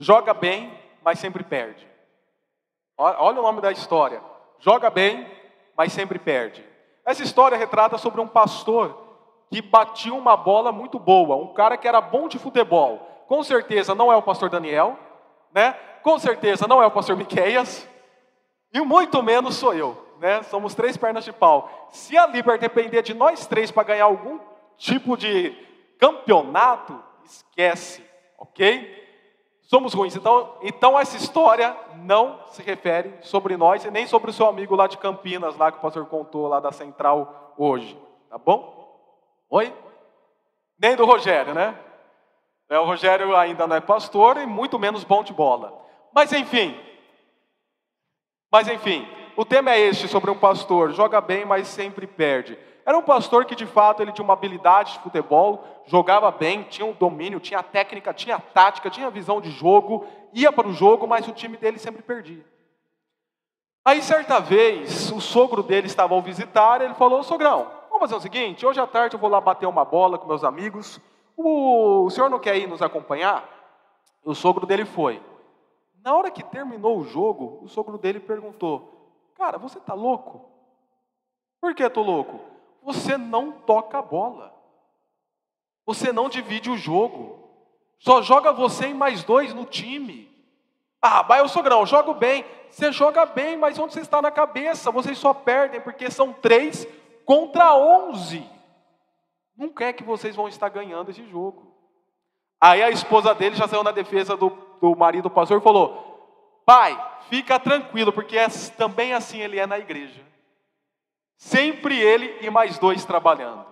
Joga bem, mas sempre perde. Olha o nome da história. Joga bem, mas sempre perde. Essa história retrata sobre um pastor que batia uma bola muito boa. Um cara que era bom de futebol. Com certeza não é o pastor Daniel, né? Com certeza não é o pastor Miqueias. E muito menos sou eu, né? Somos 3 pernas de pau. Se a Liber depender de nós 3 para ganhar algum tipo de campeonato, esquece, ok? Somos ruins. Então essa história não se refere sobre nós e nem sobre o seu amigo lá de Campinas, lá que o pastor contou lá da Central hoje. Tá bom? Oi? Nem do Rogério, né? O Rogério ainda não é pastor e muito menos bom de bola. Mas enfim, o tema é este, sobre um pastor, joga bem, mas sempre perde. Era um pastor que de fato ele tinha uma habilidade de futebol, jogava bem, tinha um domínio, tinha técnica, tinha tática, tinha visão de jogo, ia para o jogo, mas o time dele sempre perdia. Aí certa vez, o sogro dele estava ao visitar, ele falou: sogrão, vamos fazer o seguinte, hoje à tarde eu vou lá bater uma bola com meus amigos, o senhor não quer ir nos acompanhar? O sogro dele foi. Na hora que terminou o jogo, o sogro dele perguntou: cara, você está louco? Por que estou louco? Você não toca a bola. Você não divide o jogo. Só joga você e mais 2 no time. Ah, mas eu sogrão, jogo bem. Você joga bem, mas onde você está na cabeça? Vocês só perdem porque são 3 contra 11. Não quer que vocês vão estar ganhando esse jogo. Aí a esposa dele já saiu na defesa do marido do pastor e falou: pai, fica tranquilo, porque também assim ele é na igreja. Sempre ele e mais 2 trabalhando.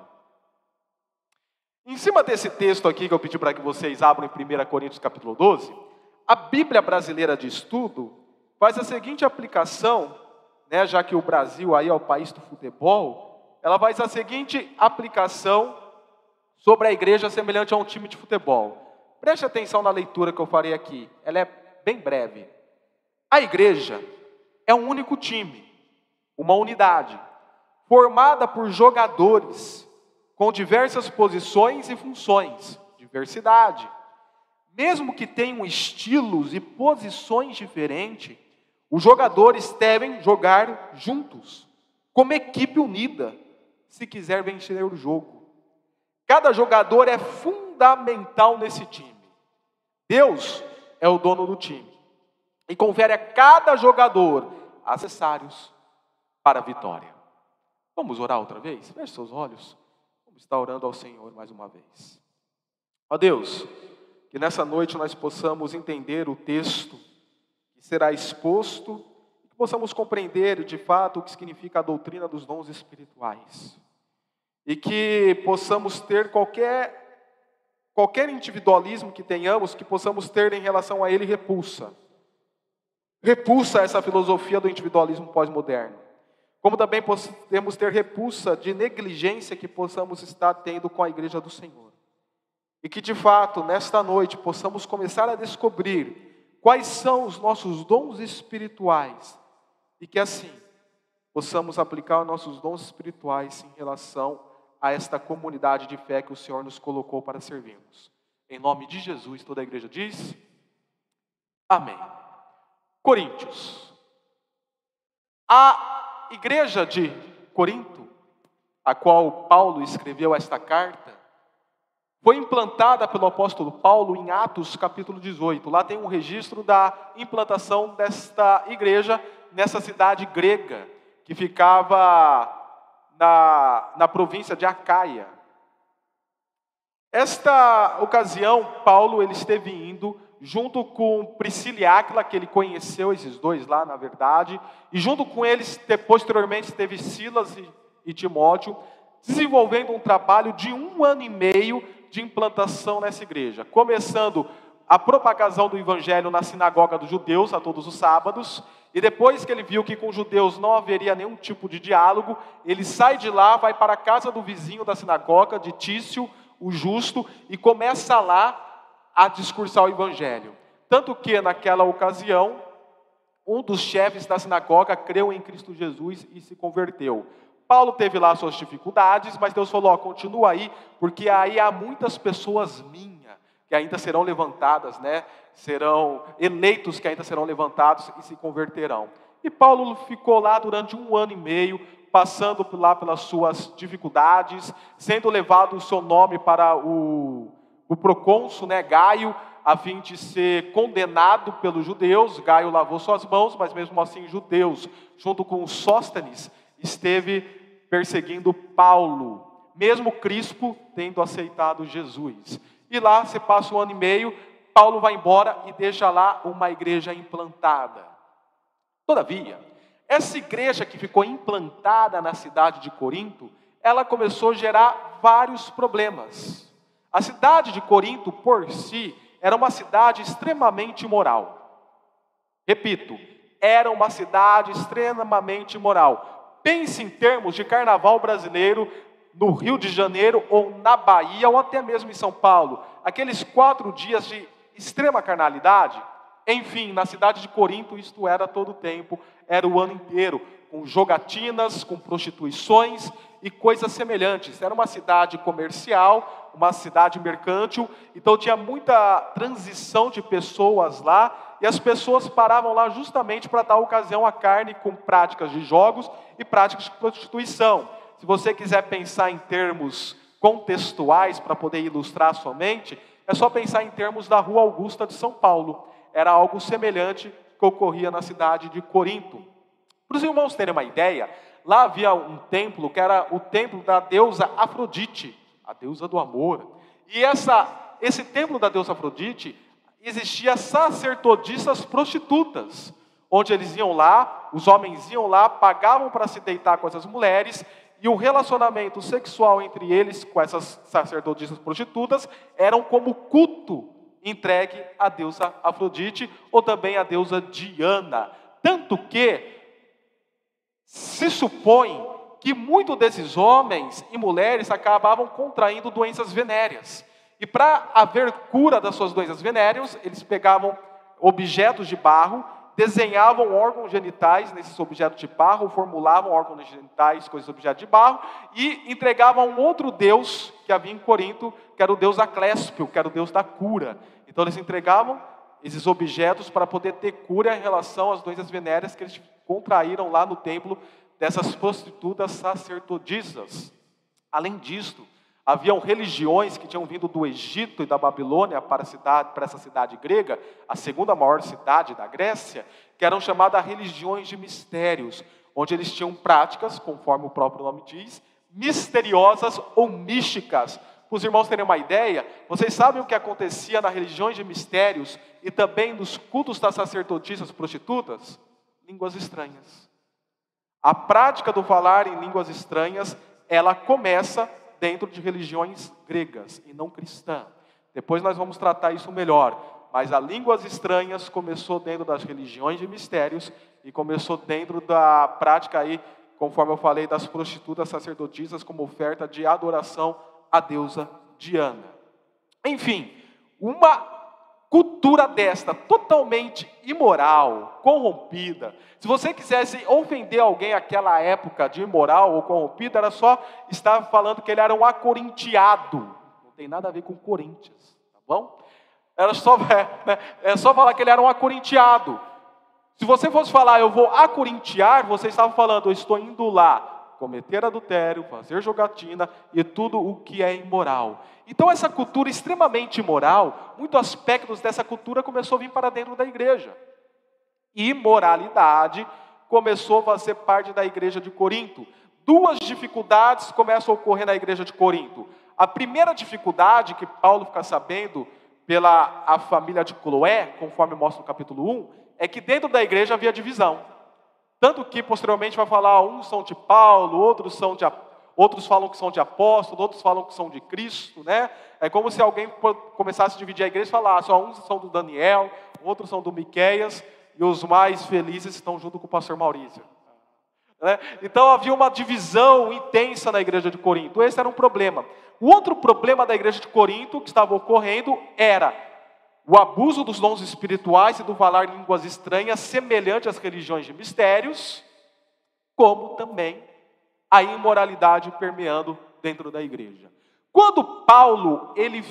Em cima desse texto aqui que eu pedi para que vocês abram em 1 Coríntios capítulo 12, a Bíblia Brasileira de Estudo faz a seguinte aplicação, né, já que o Brasil aí é o país do futebol, ela faz a seguinte aplicação sobre a igreja semelhante a um time de futebol. Preste atenção na leitura que eu farei aqui, ela é bem breve. A igreja é um único time, uma unidade, formada por jogadores com diversas posições e funções, diversidade. Mesmo que tenham estilos e posições diferentes, os jogadores devem jogar juntos, como equipe unida, se quiser vencer o jogo. Cada jogador é fundamental nesse time. Deus é o dono do time e confere a cada jogador acessórios para a vitória. Vamos orar outra vez? Feche seus olhos. Vamos estar orando ao Senhor mais uma vez. Ó Deus, que nessa noite nós possamos entender o texto que será exposto, que possamos compreender de fato o que significa a doutrina dos dons espirituais. E que possamos ter qualquer individualismo que tenhamos, que possamos ter em relação a ele repulsa. Repulsa essa filosofia do individualismo pós-moderno. Como também podemos ter repulsa de negligência que possamos estar tendo com a igreja do Senhor. E que de fato, nesta noite, possamos começar a descobrir quais são os nossos dons espirituais. E que assim, possamos aplicar os nossos dons espirituais em relação a esta comunidade de fé que o Senhor nos colocou para servirmos. Em nome de Jesus, toda a igreja diz: amém. Coríntios. A igreja de Corinto, a qual Paulo escreveu esta carta, foi implantada pelo apóstolo Paulo em Atos capítulo 18. Lá tem um registro da implantação desta igreja nessa cidade grega, que ficava na província de Acaia. Esta ocasião, Paulo ele esteve indo junto com Priscila e Áquila, que ele conheceu, esses 2 lá, na verdade, e junto com eles, posteriormente, teve Silas e Timóteo, desenvolvendo um trabalho de 1 ano e meio de implantação nessa igreja, começando a propagação do evangelho na sinagoga dos judeus, a todos os sábados, e depois que ele viu que com os judeus não haveria nenhum tipo de diálogo, ele sai de lá, vai para a casa do vizinho da sinagoga, de Tício, o justo, e começa lá a discursar o evangelho. Tanto que naquela ocasião, um dos chefes da sinagoga creu em Cristo Jesus e se converteu. Paulo teve lá suas dificuldades, mas Deus falou: continua aí, porque aí há muitas pessoas minhas que ainda serão levantadas, né? Serão eleitos que ainda serão levantados e se converterão. E Paulo ficou lá durante 1 ano e meio, passando lá pelas suas dificuldades, sendo levado o seu nome para o procônsul, né, Gaio, a fim de ser condenado pelos judeus. Gaio lavou suas mãos, mas mesmo assim judeus, junto com Sóstenes, esteve perseguindo Paulo, mesmo Crispo tendo aceitado Jesus. E lá se passa 1 ano e meio, Paulo vai embora e deixa lá uma igreja implantada. Todavia, essa igreja que ficou implantada na cidade de Corinto, ela começou a gerar vários problemas. A cidade de Corinto, por si, era uma cidade extremamente imoral. Repito, era uma cidade extremamente imoral. Pense em termos de carnaval brasileiro no Rio de Janeiro ou na Bahia ou até mesmo em São Paulo. Aqueles 4 dias de extrema carnalidade. Enfim, na cidade de Corinto, isto era todo o tempo, era o ano inteiro, com jogatinas, com prostituições e coisas semelhantes. Era uma cidade comercial, uma cidade mercântil, então tinha muita transição de pessoas lá, e as pessoas paravam lá justamente para dar ocasião à carne com práticas de jogos e práticas de prostituição. Se você quiser pensar em termos contextuais para poder ilustrar somente, é só pensar em termos da Rua Augusta de São Paulo. Era algo semelhante que ocorria na cidade de Corinto. Para os irmãos terem uma ideia, lá havia um templo que era o templo da deusa Afrodite, a deusa do amor. E esse templo da deusa Afrodite, existia sacerdotisas prostitutas, onde eles iam lá, os homens iam lá, pagavam para se deitar com essas mulheres, e o relacionamento sexual entre eles, com essas sacerdotisas prostitutas, eram como culto entregue à deusa Afrodite, ou também à deusa Diana. Tanto que se supõe que muitos desses homens e mulheres acabavam contraindo doenças venéreas. E para haver cura das suas doenças venéreas, eles pegavam objetos de barro, desenhavam órgãos genitais nesses objetos de barro, formulavam órgãos genitais com esses objetos de barro, e entregavam a um outro deus que havia em Corinto, que era o deus Acléspio, que era o deus da cura. Então eles entregavam esses objetos para poder ter cura em relação às doenças venéreas que eles contraíram lá no templo dessas prostitutas sacerdotisas. Além disto, haviam religiões que tinham vindo do Egito e da Babilônia para essa cidade grega, a segunda maior cidade da Grécia, que eram chamadas religiões de mistérios, onde eles tinham práticas, conforme o próprio nome diz, misteriosas ou místicas. Para os irmãos terem uma ideia, vocês sabem o que acontecia nas religiões de mistérios e também nos cultos das sacerdotisas prostitutas? Línguas estranhas. A prática do falar em línguas estranhas, ela começa dentro de religiões gregas e não cristãs. Depois nós vamos tratar isso melhor. Mas a línguas estranhas começou dentro das religiões de mistérios e começou dentro da prática aí, conforme eu falei, das prostitutas sacerdotisas como oferta de adoração à deusa Diana. Enfim, uma cultura desta, totalmente imoral, corrompida. Se você quisesse ofender alguém naquela época de imoral ou corrompido, era só estar falando que ele era um acorintiado. Não tem nada a ver com Corinthians, tá bom? É só falar que ele era um acorintiado. Se você fosse falar, eu vou acorintiar, você estava falando, eu estou indo lá cometer adultério, fazer jogatina e tudo o que é imoral. Então essa cultura extremamente imoral, muitos aspectos dessa cultura começou a vir para dentro da igreja. Imoralidade começou a fazer parte da igreja de Corinto. 2 dificuldades começam a ocorrer na igreja de Corinto. A primeira dificuldade que Paulo fica sabendo pela a família de Cloé, conforme mostra no capítulo 1, é que dentro da igreja havia divisão. Tanto que posteriormente vai falar, uns são de Paulo, outros falam que são de apóstolo, outros falam que são de Cristo, né? É como se alguém começasse a dividir a igreja e falasse, uns são do Daniel, outros são do Miqueias, e os mais felizes estão junto com o pastor Maurício. Né? Então havia uma divisão intensa na igreja de Corinto, esse era um problema. O outro problema da igreja de Corinto que estava ocorrendo era o abuso dos dons espirituais e do falar línguas estranhas, semelhante às religiões de mistérios, como também a imoralidade permeando dentro da igreja. Quando Paulo, ele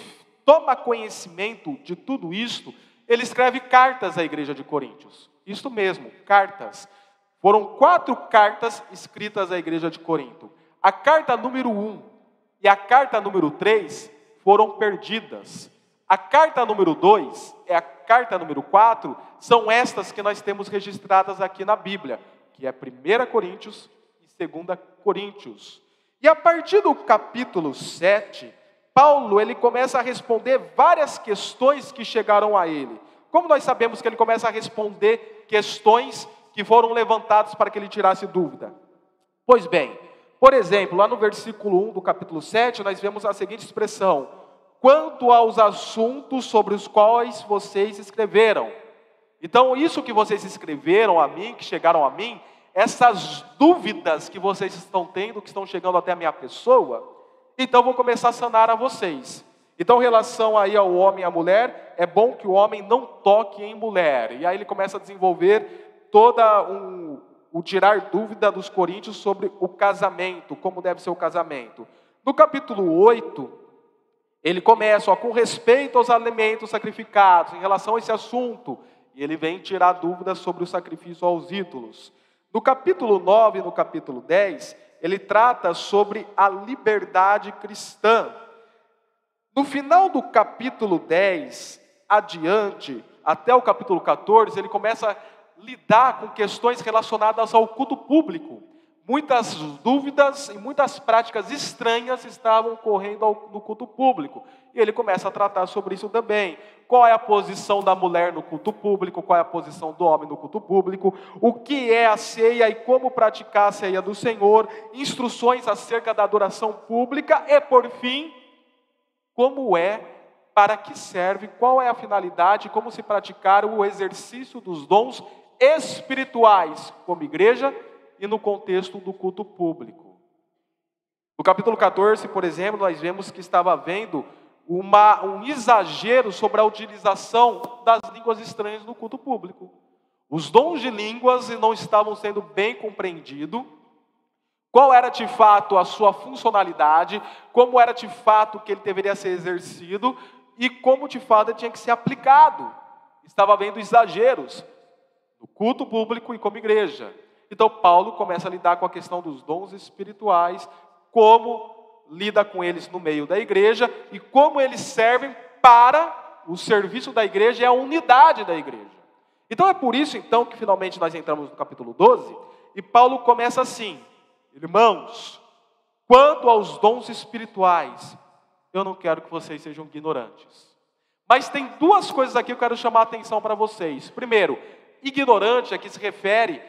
toma conhecimento de tudo isto, ele escreve cartas à igreja de Coríntios. Isto mesmo, cartas. Foram 4 cartas escritas à igreja de Corinto. A carta número 1 e a carta número 3 foram perdidas. A carta número 2 e a carta número 4 são estas que nós temos registradas aqui na Bíblia, que é 1 Coríntios e 2 Coríntios. E a partir do capítulo 7, Paulo ele começa a responder várias questões que chegaram a ele. Como nós sabemos que ele começa a responder questões que foram levantadas para que ele tirasse dúvida? Pois bem, por exemplo, lá no versículo 1 do capítulo 7, nós vemos a seguinte expressão: quanto aos assuntos sobre os quais vocês escreveram. Então, isso que vocês escreveram a mim, que chegaram a mim, essas dúvidas que vocês estão tendo, que estão chegando até a minha pessoa, então vou começar a sanar a vocês. Então, em relação aí ao homem e à mulher, é bom que o homem não toque em mulher. E aí ele começa a desenvolver o tirar dúvida dos coríntios sobre o casamento, como deve ser o casamento. No capítulo 8, ele começa, com respeito aos alimentos sacrificados, em relação a esse assunto, e ele vem tirar dúvidas sobre o sacrifício aos ídolos. No capítulo 9 e no capítulo 10, ele trata sobre a liberdade cristã. No final do capítulo 10, adiante, até o capítulo 14, ele começa a lidar com questões relacionadas ao culto público. Muitas dúvidas e muitas práticas estranhas estavam ocorrendo no culto público. E ele começa a tratar sobre isso também. Qual é a posição da mulher no culto público? Qual é a posição do homem no culto público? O que é a ceia e como praticar a ceia do Senhor? Instruções acerca da adoração pública e, por fim, como é, para que serve, qual é a finalidade, como se praticar o exercício dos dons espirituais como igreja e no contexto do culto público. No capítulo 14, por exemplo, nós vemos que estava havendo um exagero sobre a utilização das línguas estranhas no culto público. Os dons de línguas não estavam sendo bem compreendidos. Qual era de fato a sua funcionalidade, como era de fato que ele deveria ser exercido e como de fato ele tinha que ser aplicado. Estava havendo exageros no culto público e como igreja. Então Paulo começa a lidar com a questão dos dons espirituais, como lida com eles no meio da igreja e como eles servem para o serviço da igreja e a unidade da igreja. Então é por isso então que finalmente nós entramos no capítulo 12 e Paulo começa assim: irmãos, quanto aos dons espirituais, eu não quero que vocês sejam ignorantes. Mas tem 2 coisas aqui que eu quero chamar a atenção para vocês. Primeiro, ignorante aqui se refere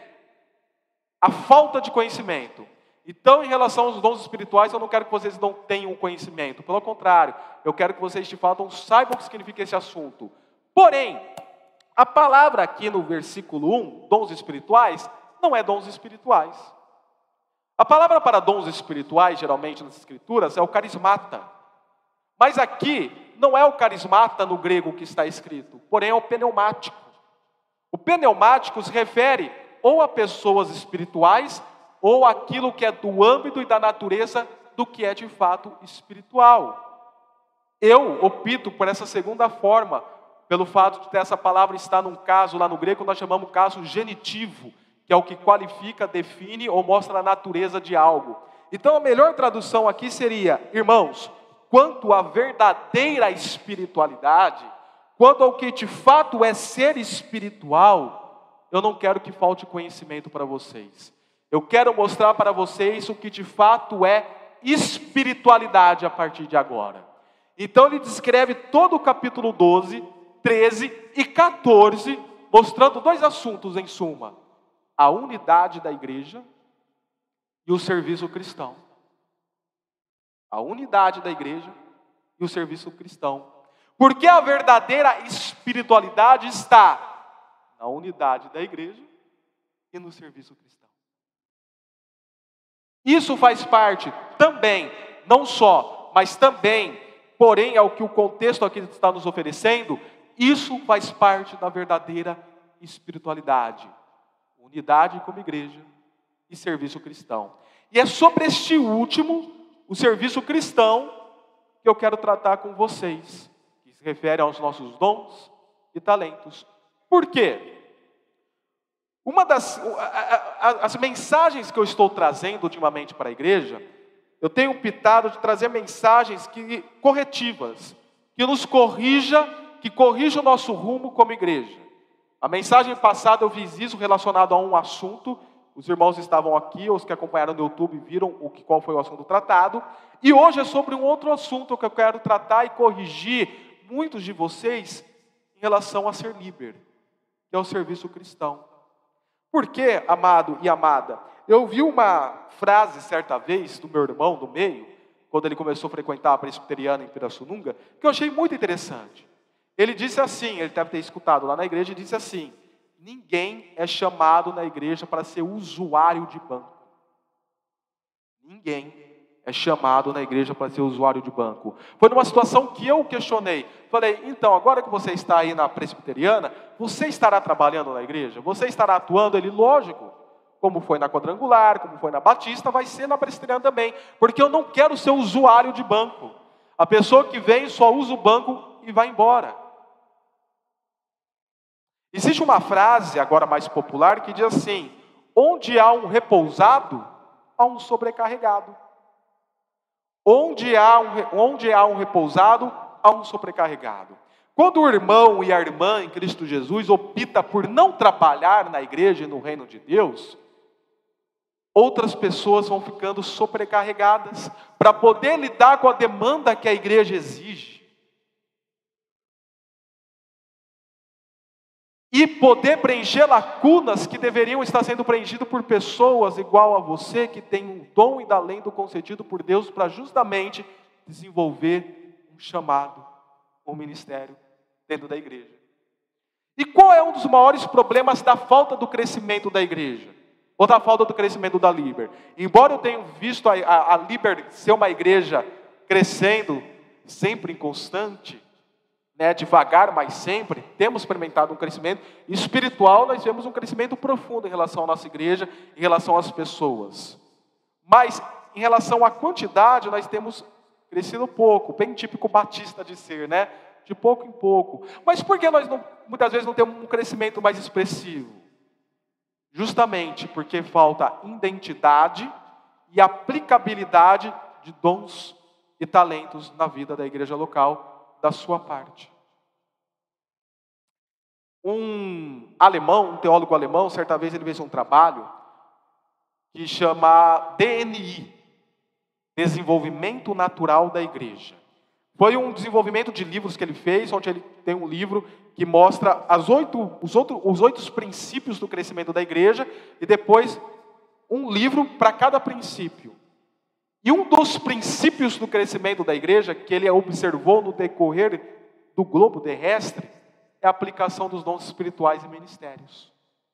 à falta de conhecimento. Então, em relação aos dons espirituais, eu não quero que vocês não tenham conhecimento. Pelo contrário, eu quero que vocês de fato saibam o que significa esse assunto. Porém, a palavra aqui no versículo 1, dons espirituais, não é dons espirituais. A palavra para dons espirituais, geralmente nas escrituras, é o carismata. Mas aqui, não é o carismata no grego que está escrito, porém é o pneumático. O pneumático se refere ou a pessoas espirituais, ou aquilo que é do âmbito e da natureza do que é de fato espiritual. Eu opto por essa segunda forma, pelo fato de ter essa palavra estar num caso, lá no grego, nós chamamos caso genitivo, que é o que qualifica, define ou mostra a natureza de algo. Então a melhor tradução aqui seria: irmãos, quanto à verdadeira espiritualidade, quanto ao que de fato é ser espiritual, eu não quero que falte conhecimento para vocês. Eu quero mostrar para vocês o que de fato é espiritualidade a partir de agora. Então ele descreve todo o capítulo 12, 13 e 14, mostrando 2 assuntos em suma: a unidade da igreja e o serviço cristão. A unidade da igreja e o serviço cristão. Porque a verdadeira espiritualidade está na unidade da igreja e no serviço cristão. Isso faz parte também, não só, mas também, porém, ao que o contexto aqui está nos oferecendo, isso faz parte da verdadeira espiritualidade. Unidade como igreja e serviço cristão. E é sobre este último, o serviço cristão, que eu quero tratar com vocês. se refere aos nossos dons e talentos. Por quê? Uma as mensagens que eu estou trazendo ultimamente para a igreja, eu tenho optado de trazer mensagens corretivas, que nos que corrija o nosso rumo como igreja. A mensagem passada eu fiz isso relacionado a um assunto, os irmãos estavam aqui, os que acompanharam no YouTube viram qual foi o assunto tratado, e hoje é sobre um outro assunto que eu quero tratar e corrigir muitos de vocês em relação a ser líder, que é o serviço cristão. Por quê, amado e amada? Eu vi uma frase certa vez do meu irmão do meio, quando ele começou a frequentar a presbiteriana em Pirassununga, que eu achei muito interessante. Ele disse assim, ele deve ter escutado lá na igreja, ele disse assim: ninguém é chamado na igreja para ser usuário de banco. Ninguém é chamado na igreja para ser usuário de banco. Foi numa situação que eu questionei. Falei, então, agora que você está aí na presbiteriana, você estará trabalhando na igreja? Você estará atuando? Ele, lógico. Como foi na quadrangular, como foi na batista, vai ser na presbiteriana também. Porque eu não quero ser usuário de banco. A pessoa que vem só usa o banco e vai embora. Existe uma frase, agora mais popular, que diz assim: onde há um repousado, há um sobrecarregado. Onde há um repousado, há um sobrecarregado. Quando o irmão e a irmã em Cristo Jesus opta por não trabalhar na igreja e no reino de Deus, outras pessoas vão ficando sobrecarregadas para poder lidar com a demanda que a igreja exige. E poder preencher lacunas que deveriam estar sendo preenchidas por pessoas igual a você, que tem um dom e talento concedido por Deus para justamente desenvolver um chamado, um ministério dentro da igreja. E qual é um dos maiores problemas da falta do crescimento da igreja? Ou da falta do crescimento da Liber? Embora eu tenha visto a Liber ser uma igreja crescendo, sempre inconstante, devagar, mas sempre, temos experimentado um crescimento espiritual, nós vemos um crescimento profundo em relação à nossa igreja, em relação às pessoas. Mas, em relação à quantidade, nós temos crescido pouco, bem típico batista de ser, de pouco em pouco. Mas por que nós muitas vezes não temos um crescimento mais expressivo? Justamente porque falta identidade e aplicabilidade de dons e talentos na vida da igreja local, da sua parte. Um teólogo alemão, certa vez ele fez um trabalho que chama DNI, Desenvolvimento Natural da Igreja. Foi um desenvolvimento de livros que ele fez, onde ele tem um livro que mostra os 8 princípios do crescimento da igreja, e depois um livro para cada princípio. E um dos princípios do crescimento da igreja, que ele observou no decorrer do globo terrestre, é a aplicação dos dons espirituais e ministérios.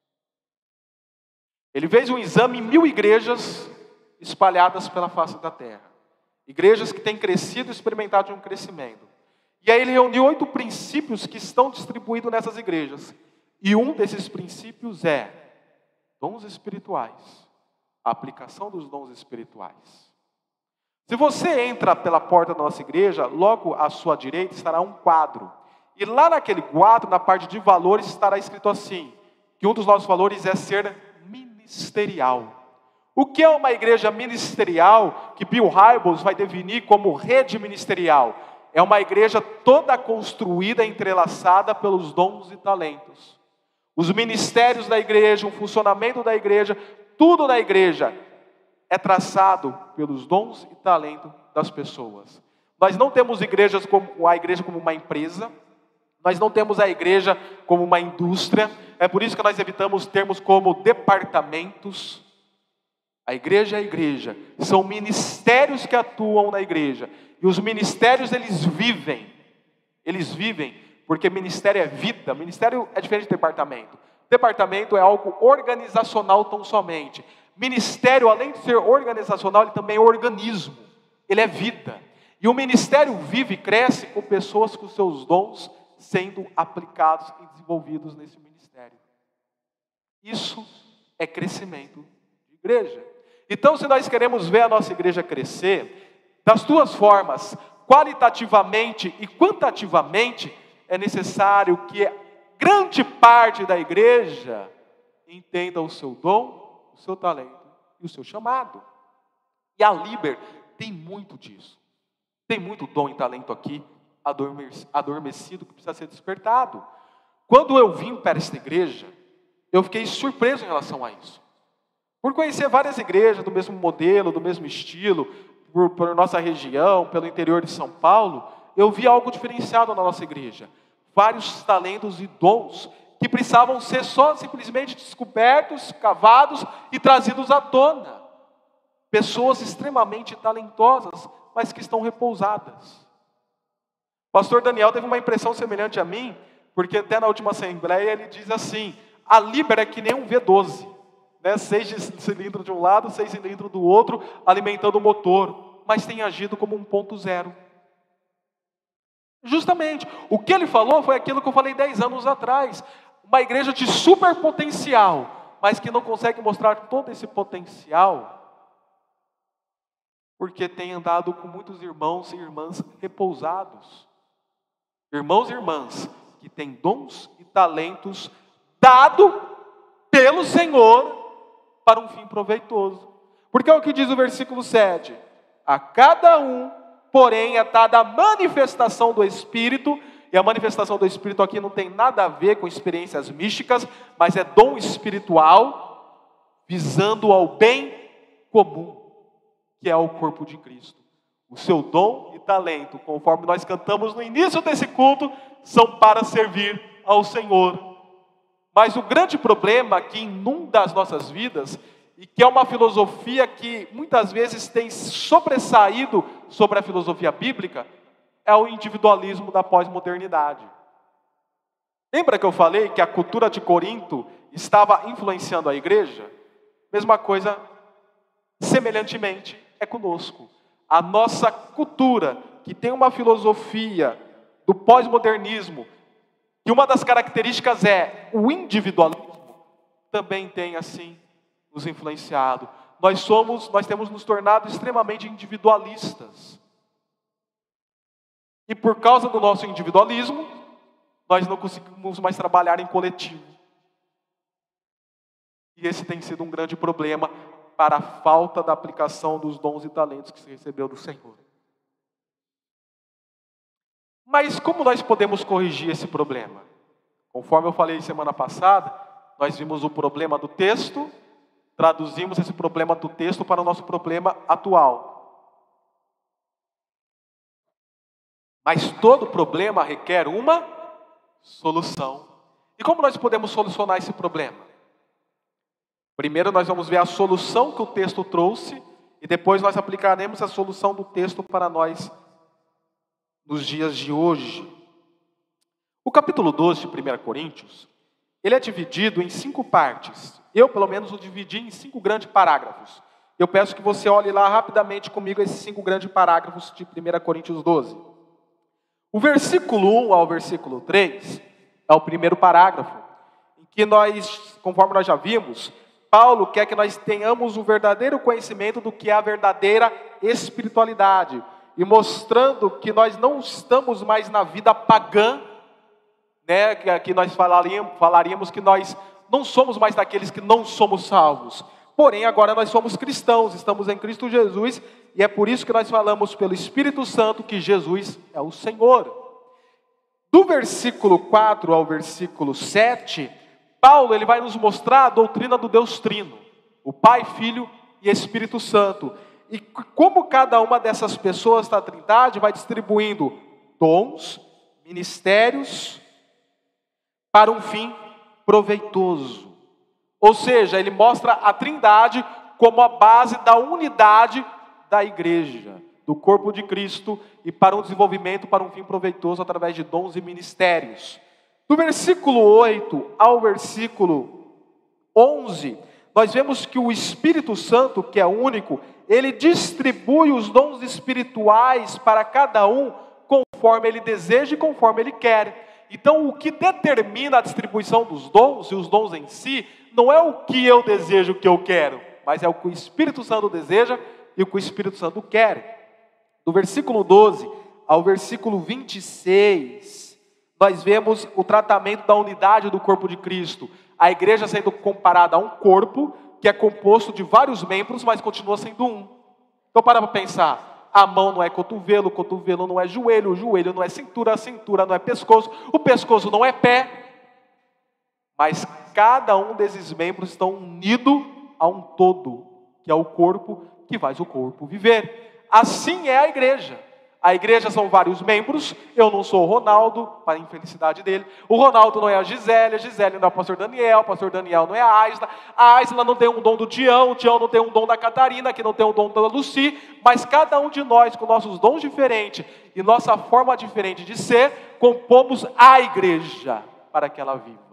Ele fez um exame em 1000 igrejas espalhadas pela face da terra. Igrejas que têm crescido e experimentado um crescimento. E aí ele reuniu 8 princípios que estão distribuídos nessas igrejas. E um desses princípios é dons espirituais. A aplicação dos dons espirituais. Se você entra pela porta da nossa igreja, logo à sua direita estará um quadro. E lá naquele quadro, na parte de valores, estará escrito assim, que um dos nossos valores é ser ministerial. O que é uma igreja ministerial, que Bill Hybels vai definir como rede ministerial? É uma igreja toda construída, entrelaçada pelos dons e talentos. Os ministérios da igreja, o funcionamento da igreja, tudo na igreja é traçado pelos dons e talentos das pessoas. Nós não temos a igreja como uma empresa, nós não temos a igreja como uma indústria, é por isso que nós evitamos termos como departamentos. A igreja é a igreja, são ministérios que atuam na igreja, e os ministérios eles vivem, porque ministério é vida, ministério é diferente de departamento. Departamento é algo organizacional tão somente. Ministério, além de ser organizacional, ele também é organismo, ele é vida. E o ministério vive e cresce com pessoas com seus dons sendo aplicados e desenvolvidos nesse ministério. Isso é crescimento de igreja. Então, se nós queremos ver a nossa igreja crescer, das duas formas, qualitativamente e quantitativamente, é necessário que grande parte da igreja entenda o seu dom, o seu talento e o seu chamado. E a Liber tem muito disso. Tem muito dom e talento aqui, adormecido, que precisa ser despertado. Quando eu vim para esta igreja, eu fiquei surpreso em relação a isso. Por conhecer várias igrejas do mesmo modelo, do mesmo estilo, por nossa região, pelo interior de São Paulo, eu vi algo diferenciado na nossa igreja. Vários talentos e dons que precisavam ser só simplesmente descobertos, cavados e trazidos à tona. Pessoas extremamente talentosas, mas que estão repousadas. O pastor Daniel teve uma impressão semelhante a mim, porque até na última assembleia ele diz assim: a Liber é que nem um V12, né? 6 cilindros de um lado, 6 cilindros do outro, alimentando o motor, mas tem agido como 1.0. Justamente, o que ele falou foi aquilo que eu falei 10 anos atrás, uma igreja de super potencial, mas que não consegue mostrar todo esse potencial, porque tem andado com muitos irmãos e irmãs repousados. Irmãos e irmãs que têm dons e talentos dado pelo Senhor para um fim proveitoso. Porque é o que diz o versículo 7. A cada um, porém, é dada a manifestação do Espírito, e a manifestação do Espírito aqui não tem nada a ver com experiências místicas, mas é dom espiritual, visando ao bem comum, que é o corpo de Cristo. O seu dom e talento, conforme nós cantamos no início desse culto, são para servir ao Senhor. Mas o grande problema que inunda as nossas vidas, e que é uma filosofia que muitas vezes tem sobressaído sobre a filosofia bíblica, é o individualismo da pós-modernidade. Lembra que eu falei que a cultura de Corinto estava influenciando a igreja? Mesma coisa, semelhantemente, é conosco. A nossa cultura, que tem uma filosofia do pós-modernismo, que uma das características é o individualismo, também tem assim nos influenciado. Nós temos nos tornado extremamente individualistas. E por causa do nosso individualismo, nós não conseguimos mais trabalhar em coletivo. E esse tem sido um grande problema para a falta da aplicação dos dons e talentos que se recebeu do Senhor. Mas como nós podemos corrigir esse problema? Conforme eu falei semana passada, nós vimos o problema do texto, traduzimos esse problema do texto para o nosso problema atual. Mas todo problema requer uma solução. E como nós podemos solucionar esse problema? Primeiro nós vamos ver a solução que o texto trouxe, e depois nós aplicaremos a solução do texto para nós nos dias de hoje. O capítulo 12 de 1 Coríntios, ele é dividido em 5 partes. Eu, pelo menos, o dividi em 5 grandes parágrafos. Eu peço que você olhe lá rapidamente comigo esses 5 grandes parágrafos de 1 Coríntios 12. O versículo 1 ao versículo 3 é o primeiro parágrafo, em que nós, conforme nós já vimos, Paulo quer que nós tenhamos o verdadeiro conhecimento do que é a verdadeira espiritualidade, e mostrando que nós não estamos mais na vida pagã, né, que nós falaríamos que nós não somos mais daqueles que não somos salvos. Porém, agora nós somos cristãos, estamos em Cristo Jesus, e é por isso que nós falamos pelo Espírito Santo que Jesus é o Senhor. Do versículo 4 ao versículo 7, Paulo ele vai nos mostrar a doutrina do Deus Trino, o Pai, Filho e Espírito Santo. E como cada uma dessas pessoas da Trindade vai distribuindo dons, ministérios, para um fim proveitoso. Ou seja, ele mostra a Trindade como a base da unidade da igreja, do corpo de Cristo, e para um desenvolvimento, para um fim proveitoso, através de dons e ministérios. Do versículo 8 ao versículo 11, nós vemos que o Espírito Santo, que é único, ele distribui os dons espirituais para cada um, conforme ele deseja e conforme ele quer. Então, o que determina a distribuição dos dons, e os dons em si, não é o que eu desejo, o que eu quero, mas é o que o Espírito Santo deseja e o que o Espírito Santo quer. Do versículo 12 ao versículo 26, nós vemos o tratamento da unidade do corpo de Cristo. A igreja sendo comparada a um corpo que é composto de vários membros, mas continua sendo um. Então para pensar, a mão não é cotovelo, o cotovelo não é joelho, o joelho não é cintura, a cintura não é pescoço, o pescoço não é pé. Mas cada um desses membros estão unidos a um todo, que é o corpo que faz o corpo viver. Assim é a igreja. A igreja são vários membros. Eu não sou o Ronaldo, para a infelicidade dele. O Ronaldo não é a Gisele não é o pastor Daniel não é a Aisla não tem um dom do Tião, o Tião não tem um dom da Catarina, que não tem um dom da Lucy, mas cada um de nós, com nossos dons diferentes e nossa forma diferente de ser, compomos a igreja para que ela viva.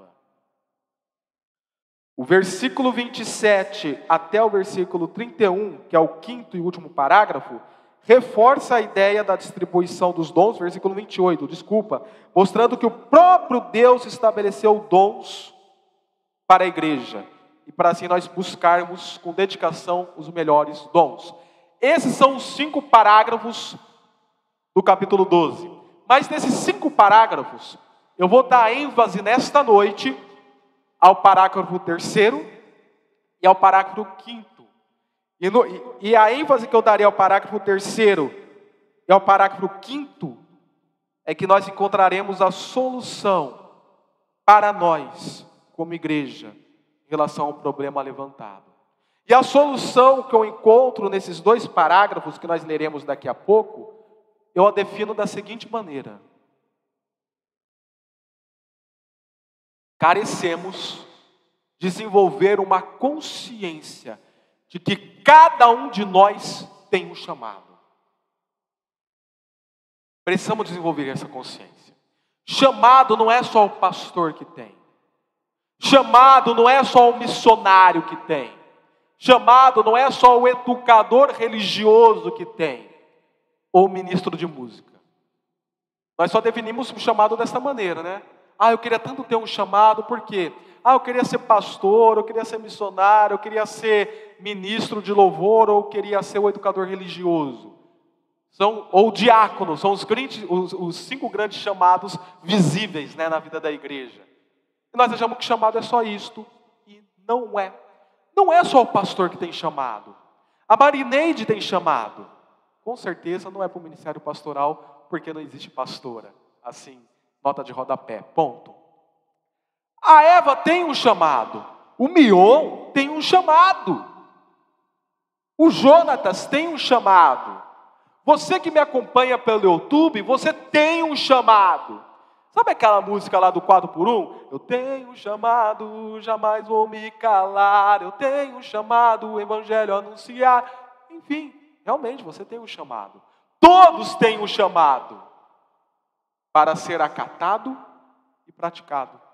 O versículo 27 até o versículo 31, que é o quinto e último parágrafo, reforça a ideia da distribuição dos dons, versículo 28, mostrando que o próprio Deus estabeleceu dons para a igreja, e para assim nós buscarmos com dedicação os melhores dons. Esses são os 5 parágrafos do capítulo 12. Mas nesses 5 parágrafos, eu vou dar ênfase nesta noite ao parágrafo 3º e ao parágrafo 5º. E a ênfase que eu darei ao parágrafo 3º e ao parágrafo 5º é que nós encontraremos a solução para nós, como igreja, em relação ao problema levantado. E a solução que eu encontro nesses 2 parágrafos, que nós leremos daqui a pouco, eu a defino da seguinte maneira: carecemos desenvolver uma consciência de que cada um de nós tem um chamado. Precisamos desenvolver essa consciência. Chamado não é só o pastor que tem. Chamado não é só o missionário que tem. Chamado não é só o educador religioso que tem. Ou o ministro de música. Nós só definimos o chamado dessa maneira, né? Eu queria tanto ter um chamado, por quê? Eu queria ser pastor, eu queria ser missionário, eu queria ser ministro de louvor, ou eu queria ser o educador religioso. Ou diácono, são os 5 grandes chamados visíveis, né, na vida da igreja. E nós achamos que chamado é só isto, e não é. Não é só o pastor que tem chamado. A Marineide tem chamado. Com certeza não é para o ministério pastoral, porque não existe pastora. Assim, nota de rodapé, ponto. A Eva tem um chamado. O Mion tem um chamado. O Jonatas tem um chamado. Você que me acompanha pelo YouTube, você tem um chamado. Sabe aquela música lá do 4x1? Eu tenho um chamado, jamais vou me calar. Eu tenho um chamado, o evangelho anunciar. Enfim, realmente você tem um chamado. Todos têm um chamado para ser acatado e praticado.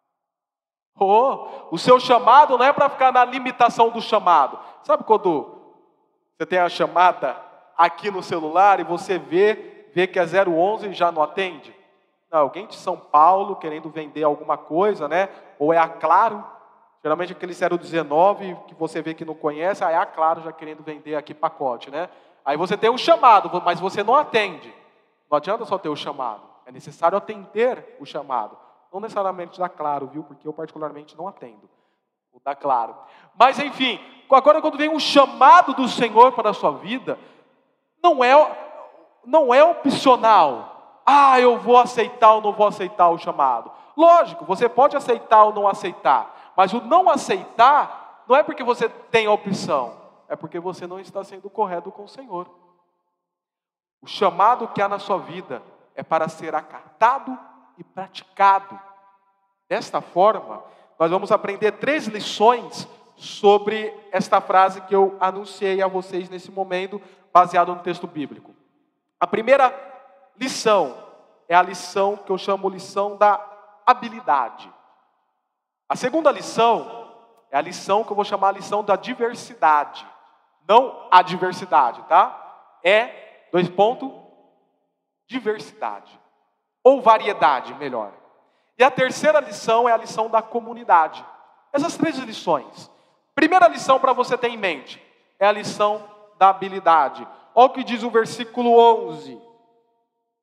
O seu chamado não é para ficar na limitação do chamado. Sabe quando você tem a chamada aqui no celular e você vê que é 011 e já não atende? Não, alguém de São Paulo querendo vender alguma coisa, né? Ou é a Claro, geralmente aquele 019 que você vê que não conhece, é a Claro já querendo vender aqui pacote, né? Aí você tem um chamado, mas você não atende. Não adianta só ter o chamado, é necessário atender o chamado. Não necessariamente da Claro, viu? Porque eu particularmente não atendo o da Claro. Mas enfim, agora quando vem um chamado do Senhor para a sua vida, não é opcional. Eu vou aceitar ou não vou aceitar o chamado. Lógico, você pode aceitar ou não aceitar. Mas o não aceitar não é porque você tem a opção. É porque você não está sendo correto com o Senhor. O chamado que há na sua vida é para ser acatado e praticado. Desta forma, nós vamos aprender 3 lições sobre esta frase que eu anunciei a vocês nesse momento, baseado no texto bíblico. A primeira lição é a lição que eu chamo lição da habilidade. A segunda lição é a lição que eu vou chamar a lição da diversidade. Não a diversidade, tá? É, 2 pontos, diversidade. Ou variedade, melhor. E a terceira lição é a lição da comunidade. Essas 3 lições. Primeira lição para você ter em mente é a lição da habilidade. Olha o que diz o versículo 11.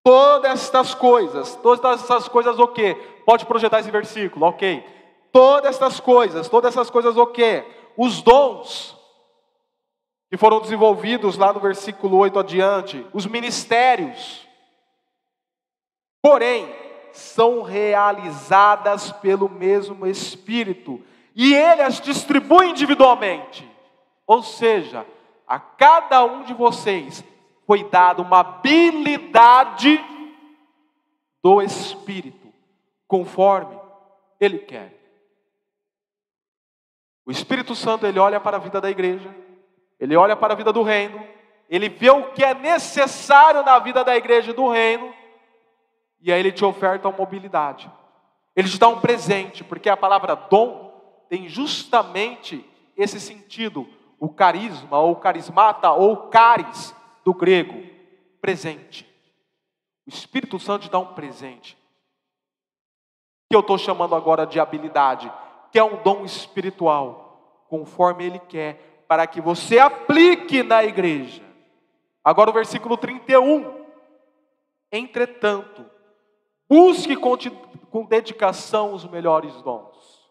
todas essas coisas o quê? Pode projetar esse versículo, ok. Todas essas coisas o quê? Os dons que foram desenvolvidos lá no versículo 8 adiante, os ministérios, porém, são realizadas pelo mesmo Espírito, e Ele as distribui individualmente. Ou seja, a cada um de vocês foi dada uma habilidade do Espírito, conforme Ele quer. O Espírito Santo, Ele olha para a vida da igreja, Ele olha para a vida do reino, Ele vê o que é necessário na vida da igreja e do reino, e aí Ele te oferta uma mobilidade. Ele te dá um presente, porque a palavra dom tem justamente esse sentido, o carisma, ou carismata, ou caris, do grego, presente. O Espírito Santo te dá um presente, que eu estou chamando agora de habilidade, que é um dom espiritual, conforme Ele quer, para que você aplique na igreja. Agora o versículo 31. Entretanto, busque com dedicação os melhores dons.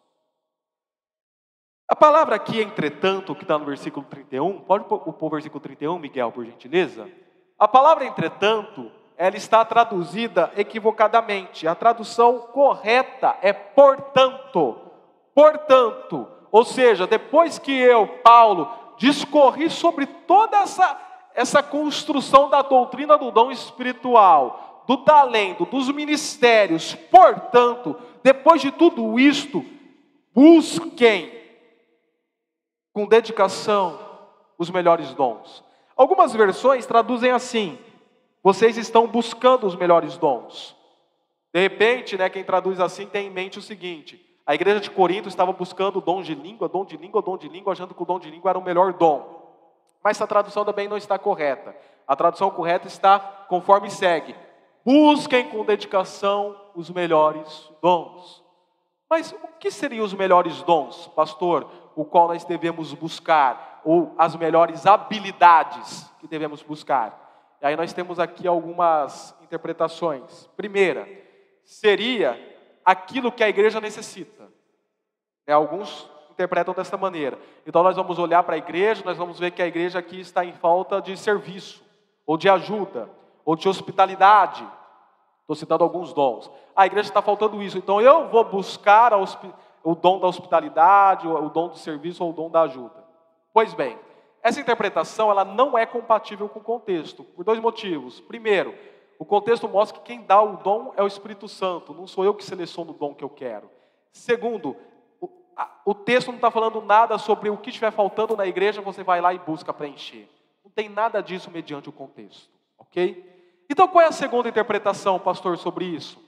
A palavra aqui, entretanto, que está no versículo 31, pode pôr o versículo 31, Miguel, por gentileza? A palavra entretanto, ela está traduzida equivocadamente. A tradução correta é portanto. Portanto, ou seja, depois que eu, Paulo, discorri sobre toda essa construção da doutrina do dom espiritual, do talento, dos ministérios, portanto, depois de tudo isto, busquem com dedicação os melhores dons. Algumas versões traduzem assim: vocês estão buscando os melhores dons. De repente, quem traduz assim tem em mente o seguinte: a igreja de Corinto estava buscando dom de língua, achando que o dom de língua era o melhor dom. Mas essa tradução também não está correta. A tradução correta está conforme segue: busquem com dedicação os melhores dons. Mas o que seriam os melhores dons, pastor? O qual nós devemos buscar, ou as melhores habilidades que devemos buscar. E aí nós temos aqui algumas interpretações. Primeira, seria aquilo que a igreja necessita. Alguns interpretam desta maneira. Então nós vamos olhar para a igreja, nós vamos ver que a igreja aqui está em falta de serviço, ou de ajuda, ou de hospitalidade. Estou citando alguns dons. A igreja está faltando isso, então eu vou buscar o dom da hospitalidade, o dom do serviço ou o dom da ajuda. Pois bem, essa interpretação ela não é compatível com o contexto, por dois motivos. Primeiro, o contexto mostra que quem dá o dom é o Espírito Santo, não sou eu que seleciono o dom que eu quero. Segundo, o texto não está falando nada sobre o que estiver faltando na igreja, você vai lá e busca preencher. Não tem nada disso mediante o contexto, ok? Então qual é a segunda interpretação, pastor, sobre isso?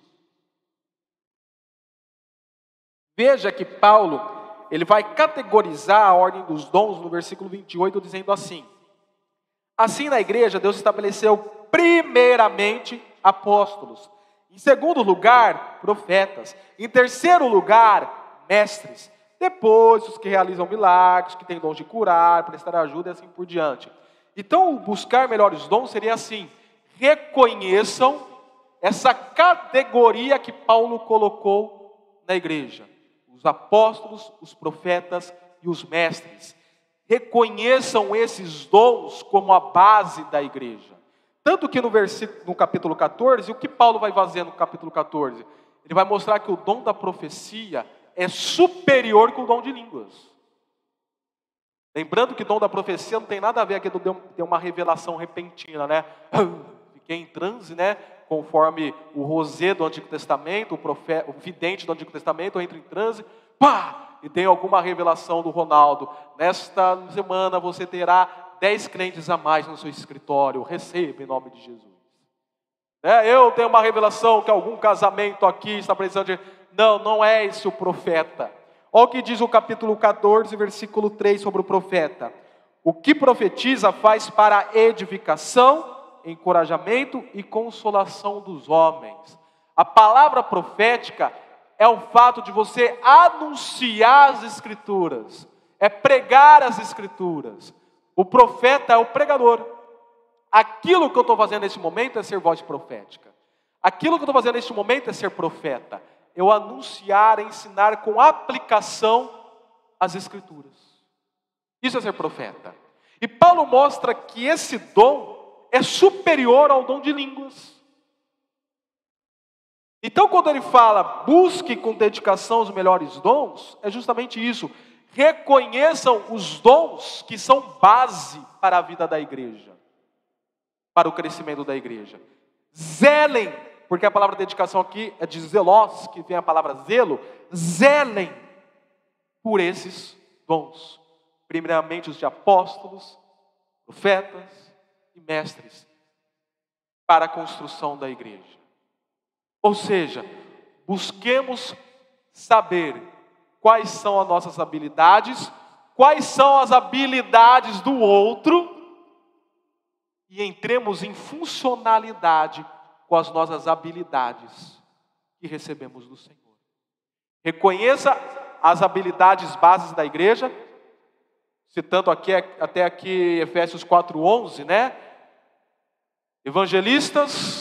Veja que Paulo, ele vai categorizar a ordem dos dons no versículo 28, dizendo assim: assim na igreja Deus estabeleceu primeiramente apóstolos, em segundo lugar profetas, em terceiro lugar mestres, depois os que realizam milagres, que têm dons de curar, prestar ajuda e assim por diante. Então buscar melhores dons seria assim: reconheçam essa categoria que Paulo colocou na igreja. Os apóstolos, os profetas e os mestres. Reconheçam esses dons como a base da igreja. Tanto que no capítulo 14, o que Paulo vai fazer no capítulo 14? Ele vai mostrar que o dom da profecia é superior que o dom de línguas. Lembrando que o dom da profecia não tem nada a ver aqui com ter uma revelação repentina, Fiquei em transe, conforme o Rosê do Antigo Testamento, o vidente do Antigo Testamento entra em transe, e tem alguma revelação do Ronaldo. Nesta semana você terá 10 crentes a mais no seu escritório, receba em nome de Jesus. Eu tenho uma revelação que algum casamento aqui está precisando de... Não é esse o profeta. Olha o que diz o capítulo 14, versículo 3 sobre o profeta. O que profetiza faz para edificação, encorajamento e consolação dos homens. A palavra profética é o fato de você anunciar as Escrituras, é pregar as Escrituras. O profeta é o pregador. Aquilo que eu estou fazendo nesse momento é ser voz profética. Aquilo que eu estou fazendo neste momento é ser profeta. Eu anunciar, ensinar com aplicação as Escrituras. Isso é ser profeta. E Paulo mostra que esse dom é superior ao dom de línguas. Então, quando ele fala, busque com dedicação os melhores dons, é justamente isso. Reconheçam os dons que são base para a vida da igreja, para o crescimento da igreja. Zelem, porque a palavra dedicação aqui é de zelos, que vem a palavra zelo. Zelem por esses dons. Primeiramente os de apóstolos, profetas e mestres, para a construção da igreja. Ou seja, busquemos saber quais são as nossas habilidades, quais são as habilidades do outro, e entremos em funcionalidade com as nossas habilidades que recebemos do Senhor. Reconheça as habilidades bases da igreja, citando aqui, até aqui Efésios 4:11, né? Evangelistas,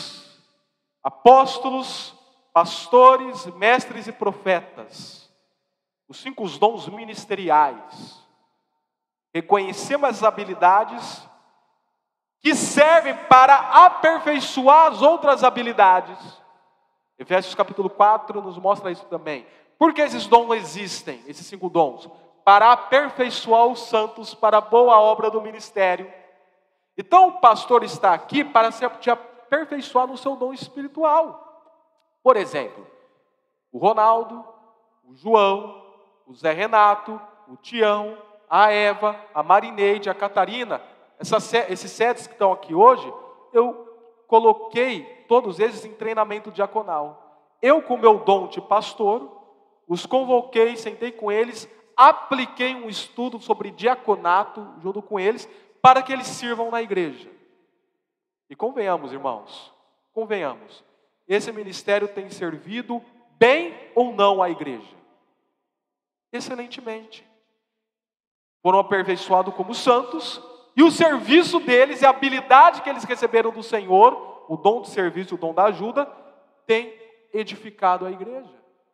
apóstolos, pastores, mestres e profetas. Os 5 dons ministeriais. Reconhecemos as habilidades que servem para aperfeiçoar as outras habilidades. Efésios capítulo 4 nos mostra isso também. Por que esses dons existem, esses 5 dons? Para aperfeiçoar os santos para a boa obra do ministério. Então o pastor está aqui para te aperfeiçoar no seu dom espiritual. Por exemplo, o Ronaldo, o João, o Zé Renato, o Tião, a Eva, a Marineide, a Catarina, esses 7 que estão aqui hoje, eu coloquei todos eles em treinamento diaconal. Eu, com meu dom de pastor, os convoquei, sentei com eles, apliquei um estudo sobre diaconato junto com eles, para que eles sirvam na igreja. E convenhamos, irmãos, convenhamos, esse ministério tem servido bem ou não à igreja? Excelentemente. Foram aperfeiçoados como santos, e o serviço deles e a habilidade que eles receberam do Senhor, o dom de serviço, o dom da ajuda, tem edificado a igreja.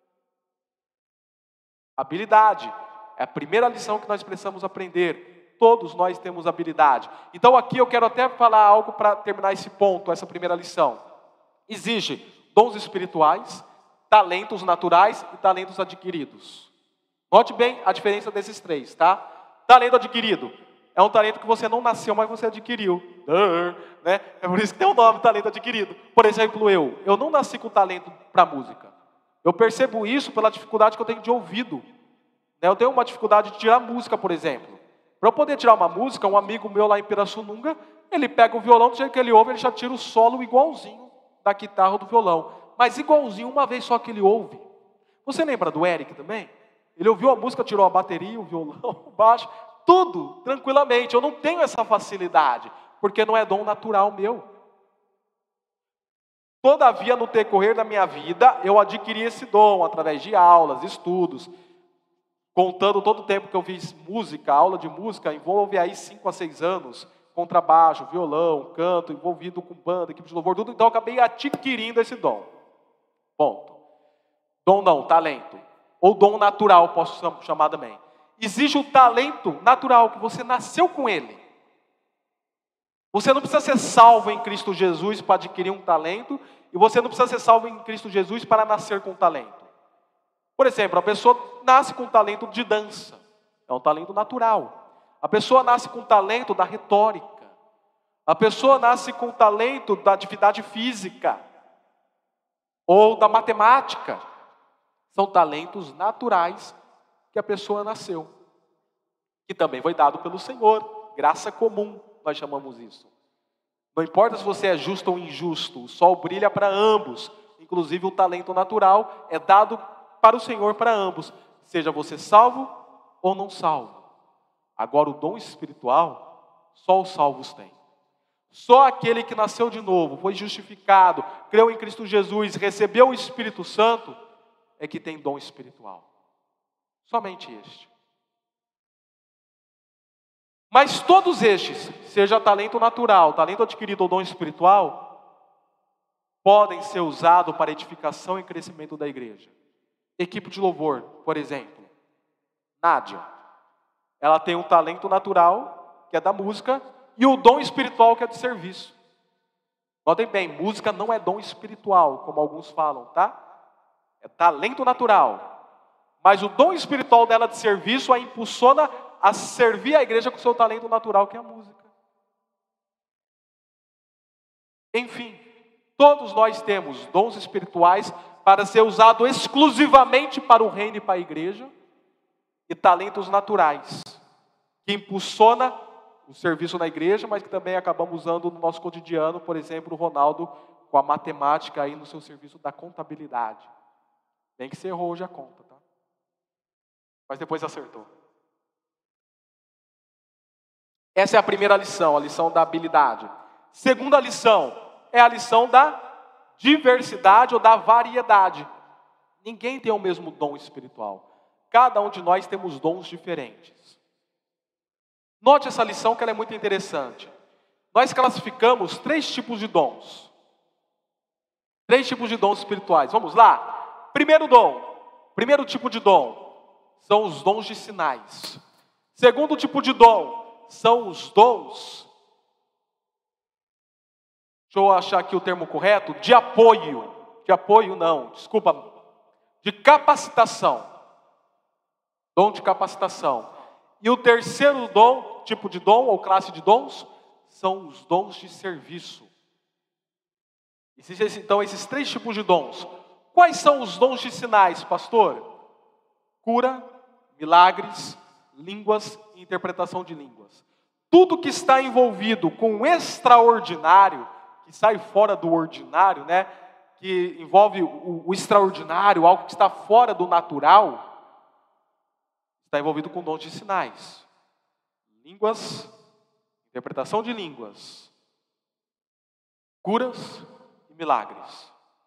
Habilidade é a primeira lição que nós precisamos aprender. Todos nós temos habilidade. Então aqui eu quero até falar algo para terminar esse ponto, essa primeira lição. Existe dons espirituais, talentos naturais e talentos adquiridos. Note bem a diferença desses 3, tá? Talento adquirido é um talento que você não nasceu, mas você adquiriu. Né? É por isso que tem o nome, talento adquirido. Por exemplo, eu não nasci com talento para música. Eu percebo isso pela dificuldade que eu tenho de ouvido. Eu tenho uma dificuldade de tirar música, por exemplo. Para eu poder tirar uma música, um amigo meu lá em Pirassununga, ele pega o violão, do jeito que ele ouve, ele já tira o solo igualzinho da guitarra ou do violão. Mas igualzinho, uma vez só que ele ouve. Você lembra do Eric também? Ele ouviu a música, tirou a bateria, o violão, o baixo, tudo tranquilamente. Eu não tenho essa facilidade, porque não é dom natural meu. Todavia, no decorrer da minha vida, eu adquiri esse dom através de aulas, estudos. Contando todo o tempo que eu fiz música, aula de música, envolve aí 5 a 6 anos, contrabaixo, violão, canto, envolvido com banda, equipe de louvor, tudo. Então eu acabei adquirindo esse dom. Ponto. Dom não, talento. Ou dom natural, posso chamar também. Existe o talento natural, que você nasceu com ele. Você não precisa ser salvo em Cristo Jesus para adquirir um talento, e você não precisa ser salvo em Cristo Jesus para nascer com talento. Por exemplo, a pessoa nasce com talento de dança, é um talento natural. A pessoa nasce com talento da retórica. A pessoa nasce com talento da atividade física, ou da matemática. São talentos naturais que a pessoa nasceu, que também foi dado pelo Senhor, graça comum, nós chamamos isso. Não importa se você é justo ou injusto, o sol brilha para ambos, inclusive o talento natural é dado para o Senhor para ambos, seja você salvo ou não salvo. Agora o dom espiritual, só os salvos têm. Só aquele que nasceu de novo, foi justificado, creu em Cristo Jesus, recebeu o Espírito Santo, é que tem dom espiritual. Somente este. Mas todos estes, seja talento natural, talento adquirido ou dom espiritual, podem ser usados para edificação e crescimento da igreja. Equipe de louvor, por exemplo. Nádia, ela tem um talento natural, que é da música, e o dom espiritual, que é de serviço. Notem bem, música não é dom espiritual, como alguns falam, tá? É talento natural. Mas o dom espiritual dela de serviço a impulsiona a servir a igreja com o seu talento natural, que é a música. Enfim, todos nós temos dons espirituais para ser usado exclusivamente para o reino e para a igreja, e talentos naturais, que impulsiona o serviço na igreja, mas que também acabamos usando no nosso cotidiano, por exemplo, o Ronaldo com a matemática aí no seu serviço da contabilidade. Bem que você errou hoje a conta, tá? Mas depois acertou. Essa é a primeira lição, a lição da habilidade. Segunda lição é a lição da diversidade ou da variedade. Ninguém tem o mesmo dom espiritual. Cada um de nós temos dons diferentes. Note essa lição que ela é muito interessante. Nós classificamos 3 tipos de dons. 3 tipos de dons espirituais. Vamos lá? Primeiro tipo de dom são os dons de sinais. Segundo tipo de dom são os dons, deixa eu achar aqui o termo correto, de apoio. De apoio não, desculpa. De capacitação. Dom de capacitação. E o terceiro dom, tipo de dom ou classe de dons, são os dons de serviço. Existem então esses 3 tipos de dons. Quais são os dons de sinais, pastor? Cura, milagres, línguas e interpretação de línguas. Tudo que está envolvido com o extraordinário, que sai fora do ordinário, né? Que envolve o extraordinário, algo que está fora do natural, está envolvido com dons de sinais. Línguas, interpretação de línguas, curas e milagres.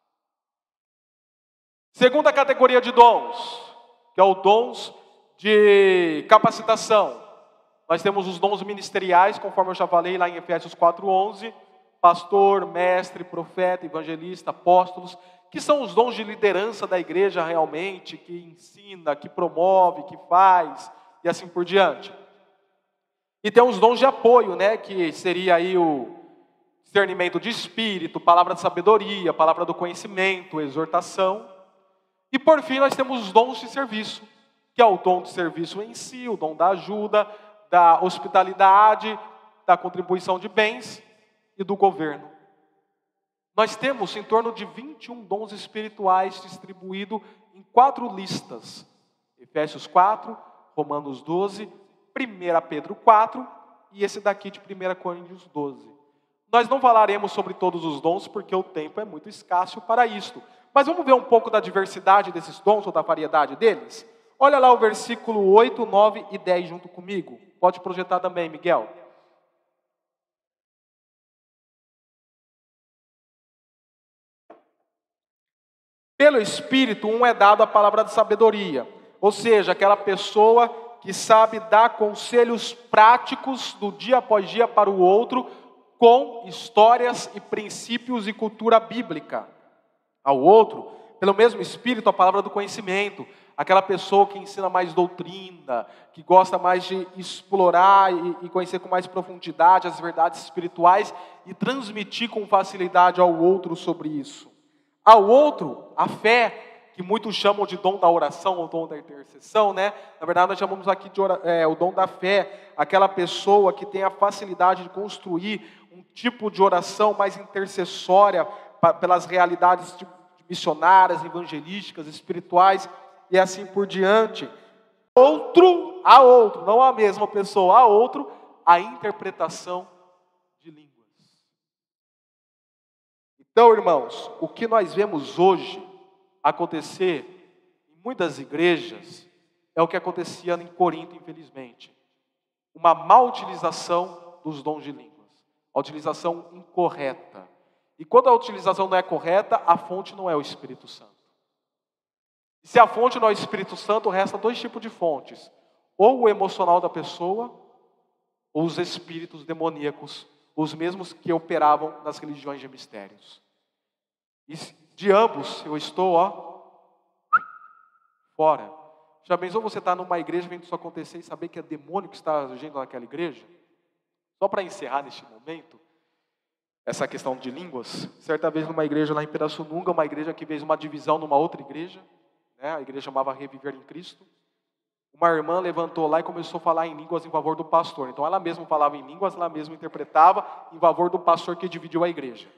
Segunda categoria de dons, que é o dons de capacitação. Nós temos os dons ministeriais, conforme eu já falei lá em Efésios 4:11, pastor, mestre, profeta, evangelista, apóstolos, que são os dons de liderança da igreja realmente, que ensina, que promove, que faz, e assim por diante. E tem os dons de apoio, né, que seria aí o discernimento de espírito, palavra de sabedoria, palavra do conhecimento, exortação. E por fim nós temos os dons de serviço, que é o dom de serviço em si, o dom da ajuda, da hospitalidade, da contribuição de bens e do governo. Nós temos em torno de 21 dons espirituais distribuídos em 4 listas. Efésios 4, Romanos 12, 1 Pedro 4 e esse daqui de 1 Coríntios 12. Nós não falaremos sobre todos os dons porque o tempo é muito escasso para isto. Mas vamos ver um pouco da diversidade desses dons ou da variedade deles? Olha lá o versículo 8, 9 e 10 junto comigo. Pode projetar também, Miguel. Pelo Espírito, um é dado a palavra de sabedoria, ou seja, aquela pessoa que sabe dar conselhos práticos do dia após dia para o outro, com histórias e princípios e cultura bíblica. Ao outro, pelo mesmo Espírito, a palavra do conhecimento, aquela pessoa que ensina mais doutrina, que gosta mais de explorar e conhecer com mais profundidade as verdades espirituais e transmitir com facilidade ao outro sobre isso. Ao outro, a fé, que muitos chamam de dom da oração ou dom da intercessão, né? Na verdade, nós chamamos aqui de o dom da fé, aquela pessoa que tem a facilidade de construir um tipo de oração mais intercessória pelas realidades missionárias, evangelísticas, espirituais e assim por diante. A outro, não a mesma pessoa, a outro, a interpretação de línguas. Então, irmãos, o que nós vemos hoje acontecer em muitas igrejas é o que acontecia em Corinto, infelizmente. Uma má utilização dos dons de línguas, a utilização incorreta. E quando a utilização não é correta, a fonte não é o Espírito Santo. E se a fonte não é o Espírito Santo, resta 2 tipos de fontes. Ou o emocional da pessoa, ou os espíritos demoníacos, os mesmos que operavam nas religiões de mistérios. E de ambos eu estou, fora. Já pensou você estar numa igreja vendo isso acontecer e saber que é demônio que está agindo naquela igreja? Só para encerrar neste momento, essa questão de línguas. Certa vez numa igreja lá em Pirassununga, uma igreja que fez uma divisão numa outra igreja, né? A igreja chamava Reviver em Cristo. Uma irmã levantou lá e começou a falar em línguas em favor do pastor. Então ela mesma falava em línguas, ela mesma interpretava em favor do pastor que dividiu a igreja.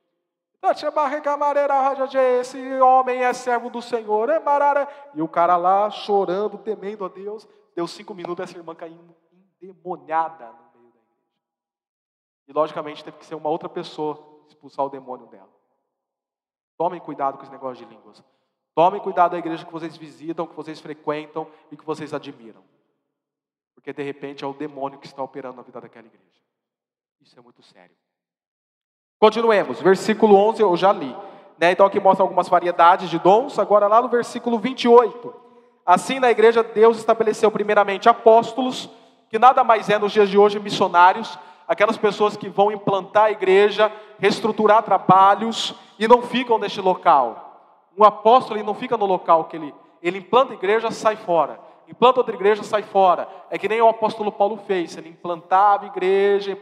Esse homem é servo do Senhor. E o cara lá chorando, temendo a Deus. Deu 5 minutos, essa irmã caiu endemoniada no meio da igreja. E logicamente teve que ser uma outra pessoa expulsar o demônio dela. Tomem cuidado com esse negócio de línguas. Tomem cuidado da igreja que vocês visitam, que vocês frequentam e que vocês admiram. Porque de repente é o demônio que está operando na vida daquela igreja. Isso é muito sério. Continuemos, versículo 11 eu já li, né? Então aqui mostra algumas variedades de dons. Agora lá no versículo 28. Assim na igreja Deus estabeleceu primeiramente apóstolos, que nada mais é nos dias de hoje missionários, aquelas pessoas que vão implantar a igreja, reestruturar trabalhos e não ficam neste local. Um apóstolo ele não fica no local que ele implanta a igreja, sai fora. Implanta outra igreja, sai fora. É que nem o apóstolo Paulo fez. Ele implantava igreja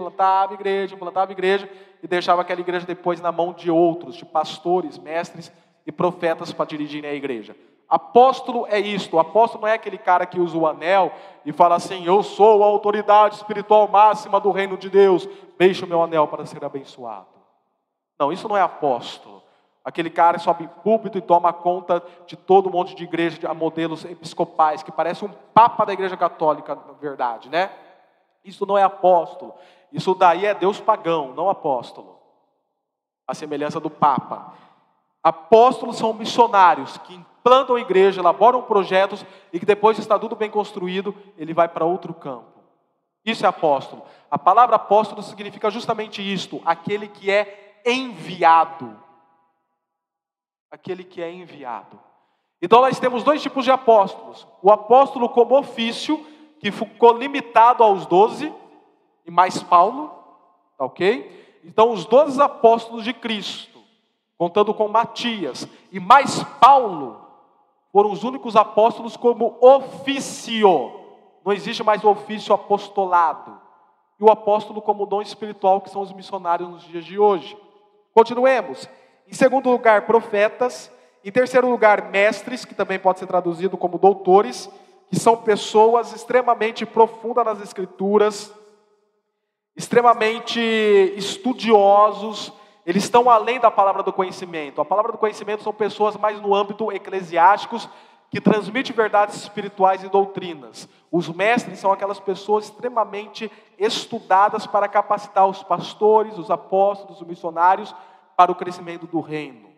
e deixava aquela igreja depois na mão de outros, de pastores, mestres e profetas para dirigirem a igreja. Apóstolo é isto. O apóstolo não é aquele cara que usa o anel e fala assim: eu sou a autoridade espiritual máxima do reino de Deus, deixe o meu anel para ser abençoado. Não, isso não é apóstolo. Aquele cara que sobe em púlpito e toma conta de todo um monte de igreja, a modelos episcopais, que parece um papa da igreja católica, na verdade, né? Isso não é apóstolo. Isso daí é Deus pagão, não apóstolo. A semelhança do papa. Apóstolos são missionários que implantam a igreja, elaboram projetos e que depois de estar tudo bem construído, ele vai para outro campo. Isso é apóstolo. A palavra apóstolo significa justamente isto, aquele que é enviado. Aquele que é enviado. Então nós temos 2 tipos de apóstolos. O apóstolo como ofício, que ficou limitado aos 12, e mais Paulo, ok? Então os 12 apóstolos de Cristo, contando com Matias, e mais Paulo, foram os únicos apóstolos como ofício. Não existe mais o ofício apostolado. E o apóstolo como dom espiritual, que são os missionários nos dias de hoje. Continuemos. Em segundo lugar, profetas. Em terceiro lugar, mestres, que também pode ser traduzido como doutores, que são pessoas extremamente profundas nas escrituras, extremamente estudiosos, eles estão além da palavra do conhecimento. A palavra do conhecimento são pessoas mais no âmbito eclesiásticos, que transmitem verdades espirituais e doutrinas. Os mestres são aquelas pessoas extremamente estudadas para capacitar os pastores, os apóstolos, os missionários, para o crescimento do reino.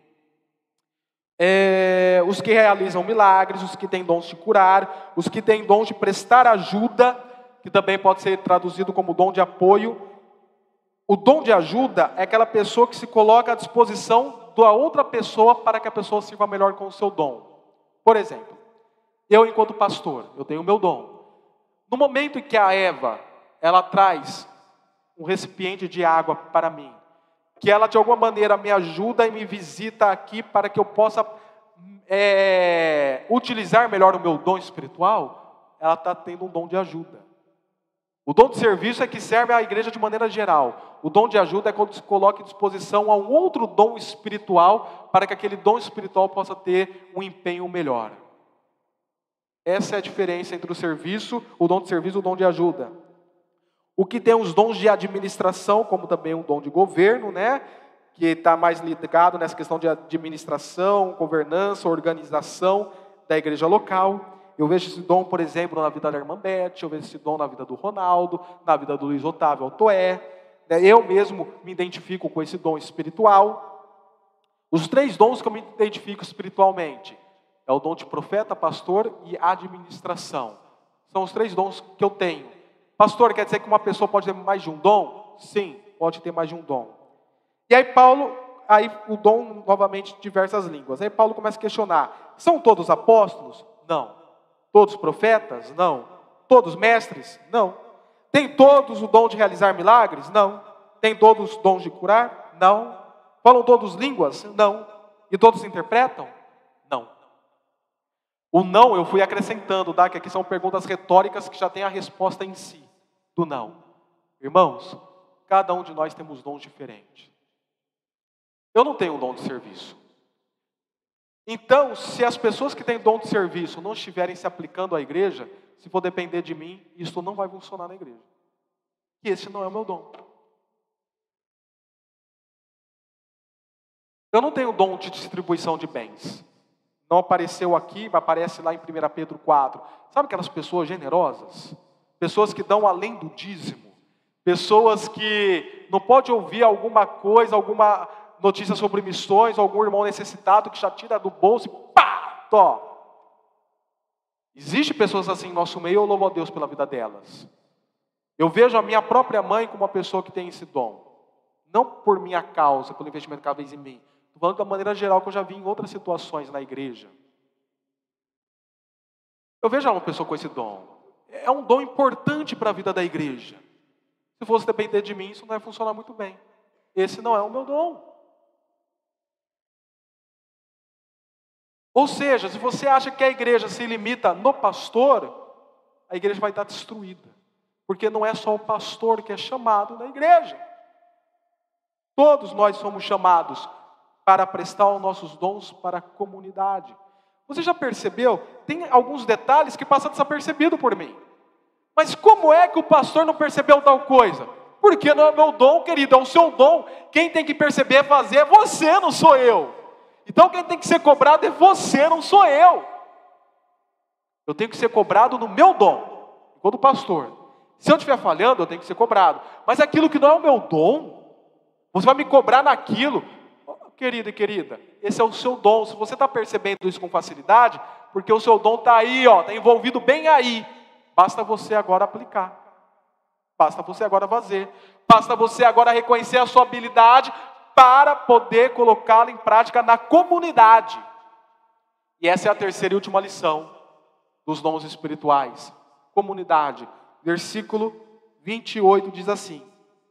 Os que realizam milagres, os que têm dons de curar, os que têm dons de prestar ajuda, que também pode ser traduzido como dom de apoio. O dom de ajuda é aquela pessoa que se coloca à disposição da outra pessoa para que a pessoa sirva melhor com o seu dom. Por exemplo, eu enquanto pastor, eu tenho o meu dom. No momento em que a Eva, ela traz um recipiente de água para mim, que ela de alguma maneira me ajuda e me visita aqui para que eu possa utilizar melhor o meu dom espiritual, ela está tendo um dom de ajuda. O dom de serviço é que serve à igreja de maneira geral. O dom de ajuda é quando se coloca à disposição a um outro dom espiritual para que aquele dom espiritual possa ter um empenho melhor. Essa é a diferença entre o serviço, o dom de serviço e o dom de ajuda. O que tem os dons de administração, como também um dom de governo, né? Que está mais ligado nessa questão de administração, governança, organização da igreja local. Eu vejo esse dom, por exemplo, na vida da irmã Beth, eu vejo esse dom na vida do Ronaldo, na vida do Luiz Otávio Altoé. Eu mesmo me identifico com esse dom espiritual. Os 3 dons que eu me identifico espiritualmente é o dom de profeta, pastor e administração. São os 3 dons que eu tenho. Pastor, quer dizer que uma pessoa pode ter mais de um dom? Sim, pode ter mais de um dom. E aí o dom novamente de diversas línguas. Aí Paulo começa a questionar, são todos apóstolos? Não. Todos profetas? Não. Todos mestres? Não. Tem todos o dom de realizar milagres? Não. Tem todos os dons de curar? Não. Falam todos línguas? Não. E todos interpretam? Não. O não eu fui acrescentando, tá? Que aqui são perguntas retóricas que já tem a resposta em si, do não. Irmãos, cada um de nós temos dons diferentes. Eu não tenho dom de serviço. Então, se as pessoas que têm dom de serviço não estiverem se aplicando à igreja, se for depender de mim, isso não vai funcionar na igreja. E esse não é o meu dom. Eu não tenho dom de distribuição de bens. Não apareceu aqui, mas aparece lá em 1 Pedro 4. Sabe aquelas pessoas generosas? Pessoas que dão além do dízimo. Pessoas que não pode ouvir alguma coisa, alguma notícia sobre missões, algum irmão necessitado que já tira do bolso e pá, tó. Existem pessoas assim em nosso meio, eu louvo a Deus pela vida delas. Eu vejo a minha própria mãe como uma pessoa que tem esse dom. Não por minha causa, pelo investimento que ela fez em mim. Estou falando da maneira geral que eu já vi em outras situações na igreja. Eu vejo uma pessoa com esse dom. É um dom importante para a vida da igreja. Se fosse depender de mim, isso não ia funcionar muito bem. Esse não é o meu dom. Ou seja, se você acha que a igreja se limita no pastor, a igreja vai estar destruída. Porque não é só o pastor que é chamado na igreja. Todos nós somos chamados para prestar os nossos dons para a comunidade. Você já percebeu? Tem alguns detalhes que passam desapercebido por mim. Mas como é que o pastor não percebeu tal coisa? Porque não é o meu dom, querido, é o seu dom. Quem tem que perceber, fazer é você, não sou eu. Então quem tem que ser cobrado é você, não sou eu. Eu tenho que ser cobrado no meu dom, enquanto pastor. Se eu estiver falhando, eu tenho que ser cobrado. Mas aquilo que não é o meu dom, você vai me cobrar naquilo. Querido e querida, esse é o seu dom. Se você está percebendo isso com facilidade, porque o seu dom está aí, está envolvido bem aí. Basta você agora aplicar. Basta você agora fazer. Basta você agora reconhecer a sua habilidade para poder colocá-la em prática na comunidade. E essa é a terceira e última lição dos dons espirituais. Comunidade. Versículo 28 diz assim: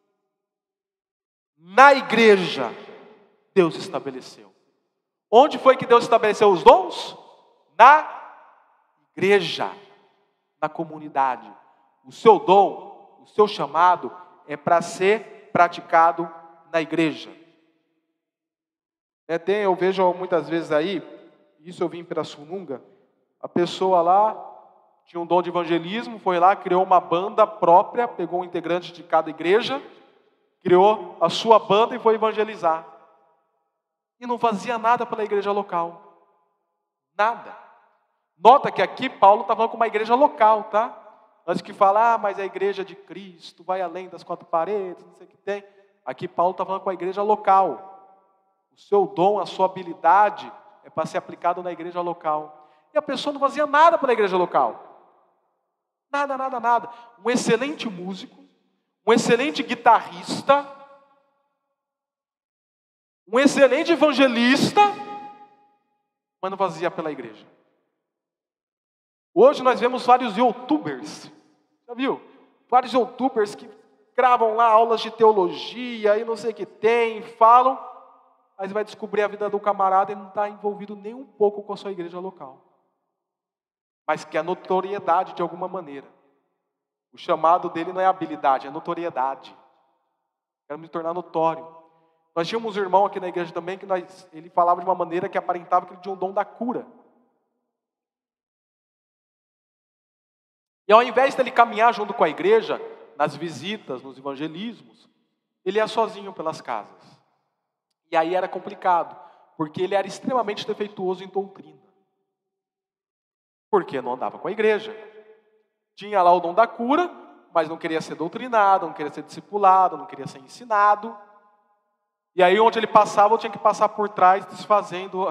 na igreja Deus estabeleceu. Onde foi que Deus estabeleceu os dons? Na igreja, na comunidade. O seu dom, o seu chamado é para ser praticado na igreja. Eu vejo muitas vezes aí, isso eu vi em Pirassununga, a pessoa lá tinha um dom de evangelismo, foi lá, criou uma banda própria, pegou um integrante de cada igreja, criou a sua banda e foi evangelizar. E não fazia nada pela igreja local. Nada. Nota que aqui Paulo está falando com uma igreja local, tá? Antes que falar, mas a igreja de Cristo vai além das quatro paredes, não sei o que tem. Aqui Paulo está falando com a igreja local. O seu dom, a sua habilidade é para ser aplicado na igreja local. E a pessoa não fazia nada pela igreja local. Nada, nada, nada. Um excelente músico, um excelente guitarrista, um excelente evangelista, mas não fazia pela igreja. Hoje nós vemos vários youtubers, já viu? Vários youtubers que gravam lá aulas de teologia e não sei o que tem, falam, mas vai descobrir a vida do camarada e não está envolvido nem um pouco com a sua igreja local. Mas que é notoriedade de alguma maneira. O chamado dele não é habilidade, é notoriedade. Quero me tornar notório. Nós tínhamos um irmão aqui na igreja também que ele falava de uma maneira que aparentava que ele tinha um dom da cura. E ao invés dele caminhar junto com a igreja, nas visitas, nos evangelismos, ele ia sozinho pelas casas. E aí era complicado, porque ele era extremamente defeituoso em doutrina. Porque não andava com a igreja. Tinha lá o dom da cura, mas não queria ser doutrinado, não queria ser discipulado, não queria ser ensinado. E aí onde ele passava, eu tinha que passar por trás, desfazendo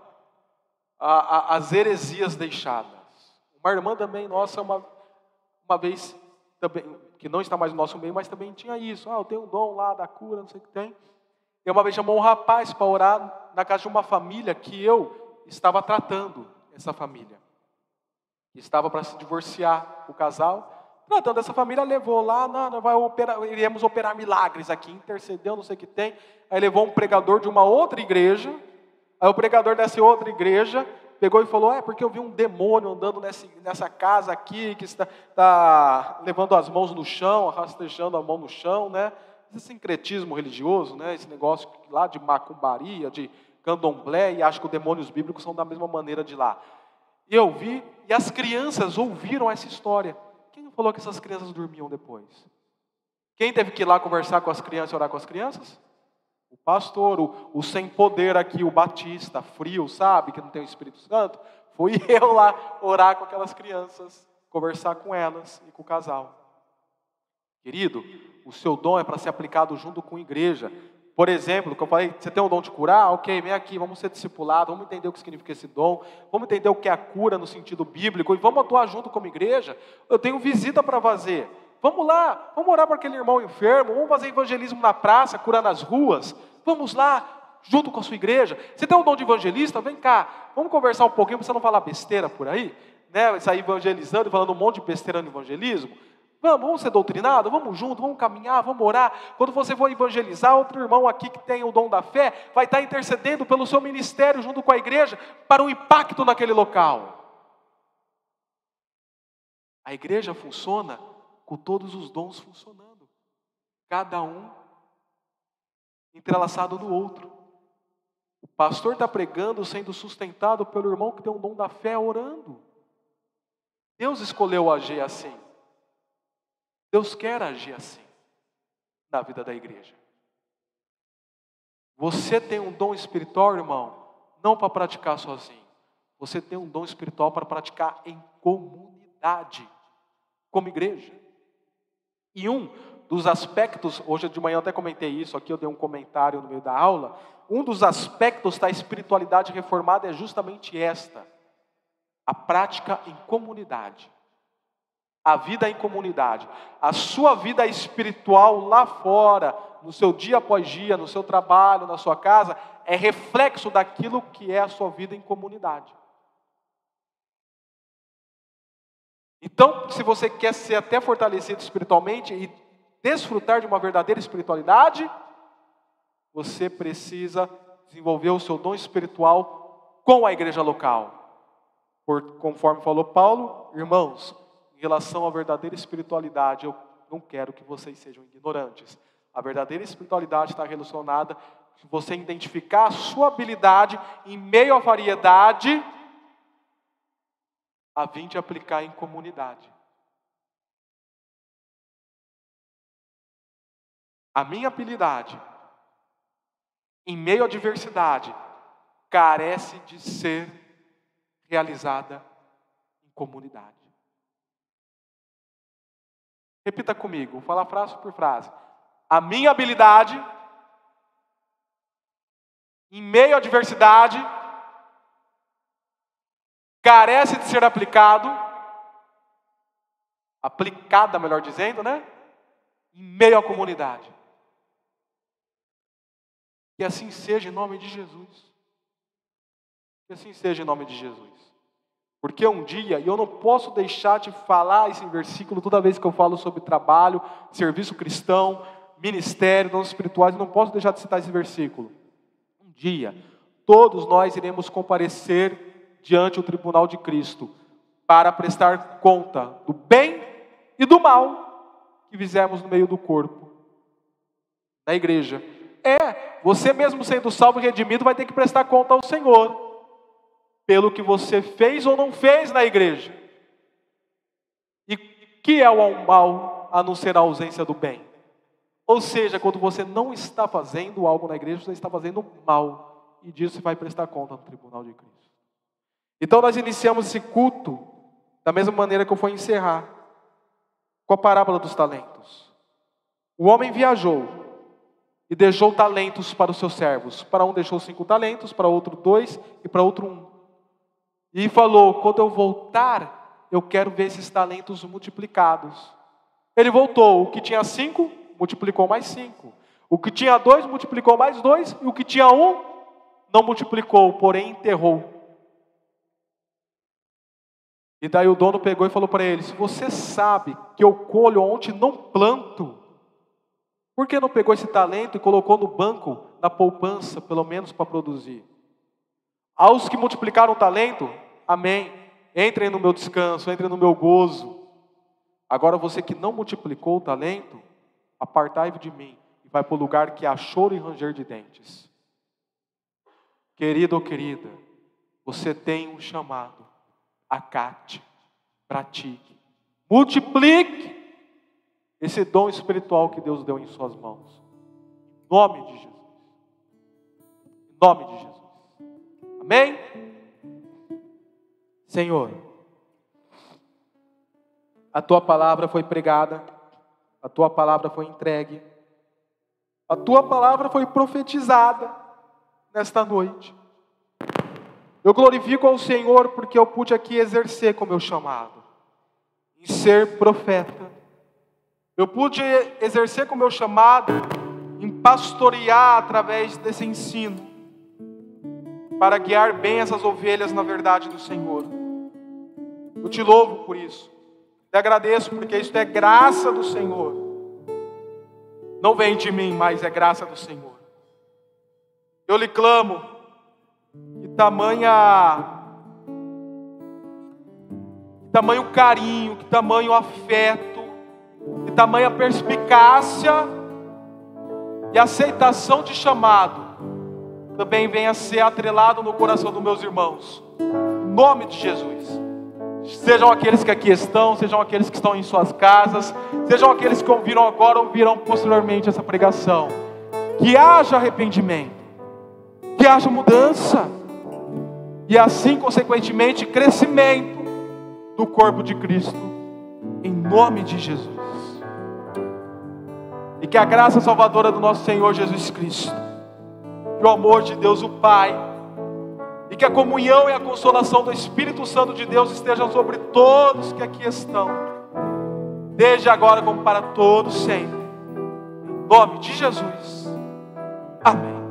as heresias deixadas. Uma irmã também, nossa, uma vez, também, que não está mais no nosso meio, mas também tinha isso. Eu tenho um dom lá da cura, não sei o que tem. E uma vez chamou um rapaz para orar na casa de uma família que eu estava tratando, essa família. Estava para se divorciar o casal. Tratando essa família, levou lá, iremos operar milagres aqui, intercedeu, não sei o que tem. Aí levou um pregador de uma outra igreja. Aí o pregador dessa outra igreja pegou e falou, porque eu vi um demônio andando nessa casa aqui, que está levando as mãos no chão, rastejando a mão no chão, né? Esse sincretismo religioso, né? Esse negócio lá de macumbaria, de candomblé, e acho que os demônios bíblicos são da mesma maneira de lá. E eu vi, e as crianças ouviram essa história. Quem falou que essas crianças dormiam depois? Quem teve que ir lá conversar com as crianças e orar com as crianças? O pastor, o sem poder aqui, o batista, frio, sabe, que não tem o Espírito Santo. Fui eu lá orar com aquelas crianças, conversar com elas e com o casal. Querido, o seu dom é para ser aplicado junto com a igreja. Por exemplo, que eu falei, você tem o dom de curar? Ok, vem aqui, vamos ser discipulados, vamos entender o que significa esse dom, vamos entender o que é a cura no sentido bíblico, e vamos atuar junto como igreja. Eu tenho visita para fazer. Vamos lá, vamos orar para aquele irmão enfermo, vamos fazer evangelismo na praça, curar nas ruas. Vamos lá, junto com a sua igreja. Você tem o dom de evangelista? Vem cá, vamos conversar um pouquinho, para você não falar besteira por aí, né? Sair evangelizando e falando um monte de besteira no evangelismo. Vamos ser doutrinados, vamos junto, vamos caminhar, vamos orar. Quando você for evangelizar, outro irmão aqui que tem o dom da fé, vai estar intercedendo pelo seu ministério junto com a igreja, para o impacto naquele local. A igreja funciona com todos os dons funcionando. Cada um entrelaçado no outro. O pastor está pregando, sendo sustentado pelo irmão que tem um dom da fé, orando. Deus escolheu agir assim. Deus quer agir assim na vida da igreja. Você tem um dom espiritual, irmão, não para praticar sozinho. Você tem um dom espiritual para praticar em comunidade, como igreja. E um dos aspectos, hoje de manhã eu até comentei isso, aqui eu dei um comentário no meio da aula, um dos aspectos da espiritualidade reformada é justamente esta, a prática em comunidade. A vida em comunidade, a sua vida espiritual lá fora, no seu dia após dia, no seu trabalho, na sua casa, é reflexo daquilo que é a sua vida em comunidade. Então, se você quer ser até fortalecido espiritualmente e desfrutar de uma verdadeira espiritualidade, você precisa desenvolver o seu dom espiritual com a igreja local. Conforme falou Paulo, irmãos, em relação à verdadeira espiritualidade, eu não quero que vocês sejam ignorantes. A verdadeira espiritualidade está relacionada a você identificar a sua habilidade em meio à variedade, a fim de aplicar em comunidade. A minha habilidade, em meio à diversidade, carece de ser realizada em comunidade. Repita comigo, vou falar frase por frase. A minha habilidade, em meio à diversidade, carece de ser aplicada, melhor dizendo, né? Em meio à comunidade. Que assim seja em nome de Jesus. Que assim seja em nome de Jesus. Porque um dia, e eu não posso deixar de falar esse versículo toda vez que eu falo sobre trabalho, serviço cristão, ministério, dons espirituais, eu não posso deixar de citar esse versículo. Um dia, todos nós iremos comparecer diante do tribunal de Cristo para prestar conta do bem e do mal que fizemos no meio do corpo, na igreja. Você mesmo sendo salvo e redimido vai ter que prestar conta ao Senhor pelo que você fez ou não fez na igreja. E que é o mal a não ser a ausência do bem? Ou seja, quando você não está fazendo algo na igreja, você está fazendo mal. E disso você vai prestar conta no tribunal de Cristo. Então nós iniciamos esse culto da mesma maneira que eu vou encerrar, com a parábola dos talentos. O homem viajou e deixou talentos para os seus servos. Para um deixou 5 talentos, para outro 2 e para outro 1. E falou, quando eu voltar, eu quero ver esses talentos multiplicados. Ele voltou, o que tinha 5, multiplicou mais 5. O que tinha 2, multiplicou mais 2. E o que tinha 1, não multiplicou, porém enterrou. E daí o dono pegou e falou para ele, se você sabe que eu colho onde não planto, por que não pegou esse talento e colocou no banco, na poupança, pelo menos para produzir? Aos que multiplicaram o talento, amém. Entrem no meu descanso, entrem no meu gozo. Agora você que não multiplicou o talento, apartai-vos de mim e vai para o lugar que há choro e ranger de dentes. Querido ou querida, você tem um chamado. Acate, pratique, multiplique esse dom espiritual que Deus deu em suas mãos. Em nome de Jesus. Em nome de Jesus. Amém? Senhor, a Tua palavra foi pregada, a Tua palavra foi entregue, a Tua palavra foi profetizada nesta noite. Eu glorifico ao Senhor porque eu pude aqui exercer com o meu chamado, em ser profeta. Eu pude exercer com o meu chamado, em pastorear através desse ensino, para guiar bem essas ovelhas na verdade do Senhor. Eu te louvo por isso. Te agradeço porque isso é graça do Senhor. Não vem de mim, mas é graça do Senhor. Eu lhe clamo que tamanho carinho, que tamanho afeto, que tamanha perspicácia e aceitação de chamado também venha a ser atrelado no coração dos meus irmãos. Em nome de Jesus. Sejam aqueles que aqui estão, sejam aqueles que estão em suas casas, sejam aqueles que ouviram agora ou ouvirão posteriormente essa pregação. Que haja arrependimento, que haja mudança e assim, consequentemente, crescimento do corpo de Cristo, em nome de Jesus. E que a graça salvadora do nosso Senhor Jesus Cristo, que o amor de Deus o Pai, e que a comunhão e a consolação do Espírito Santo de Deus estejam sobre todos que aqui estão, desde agora como para todos sempre, em nome de Jesus, amém.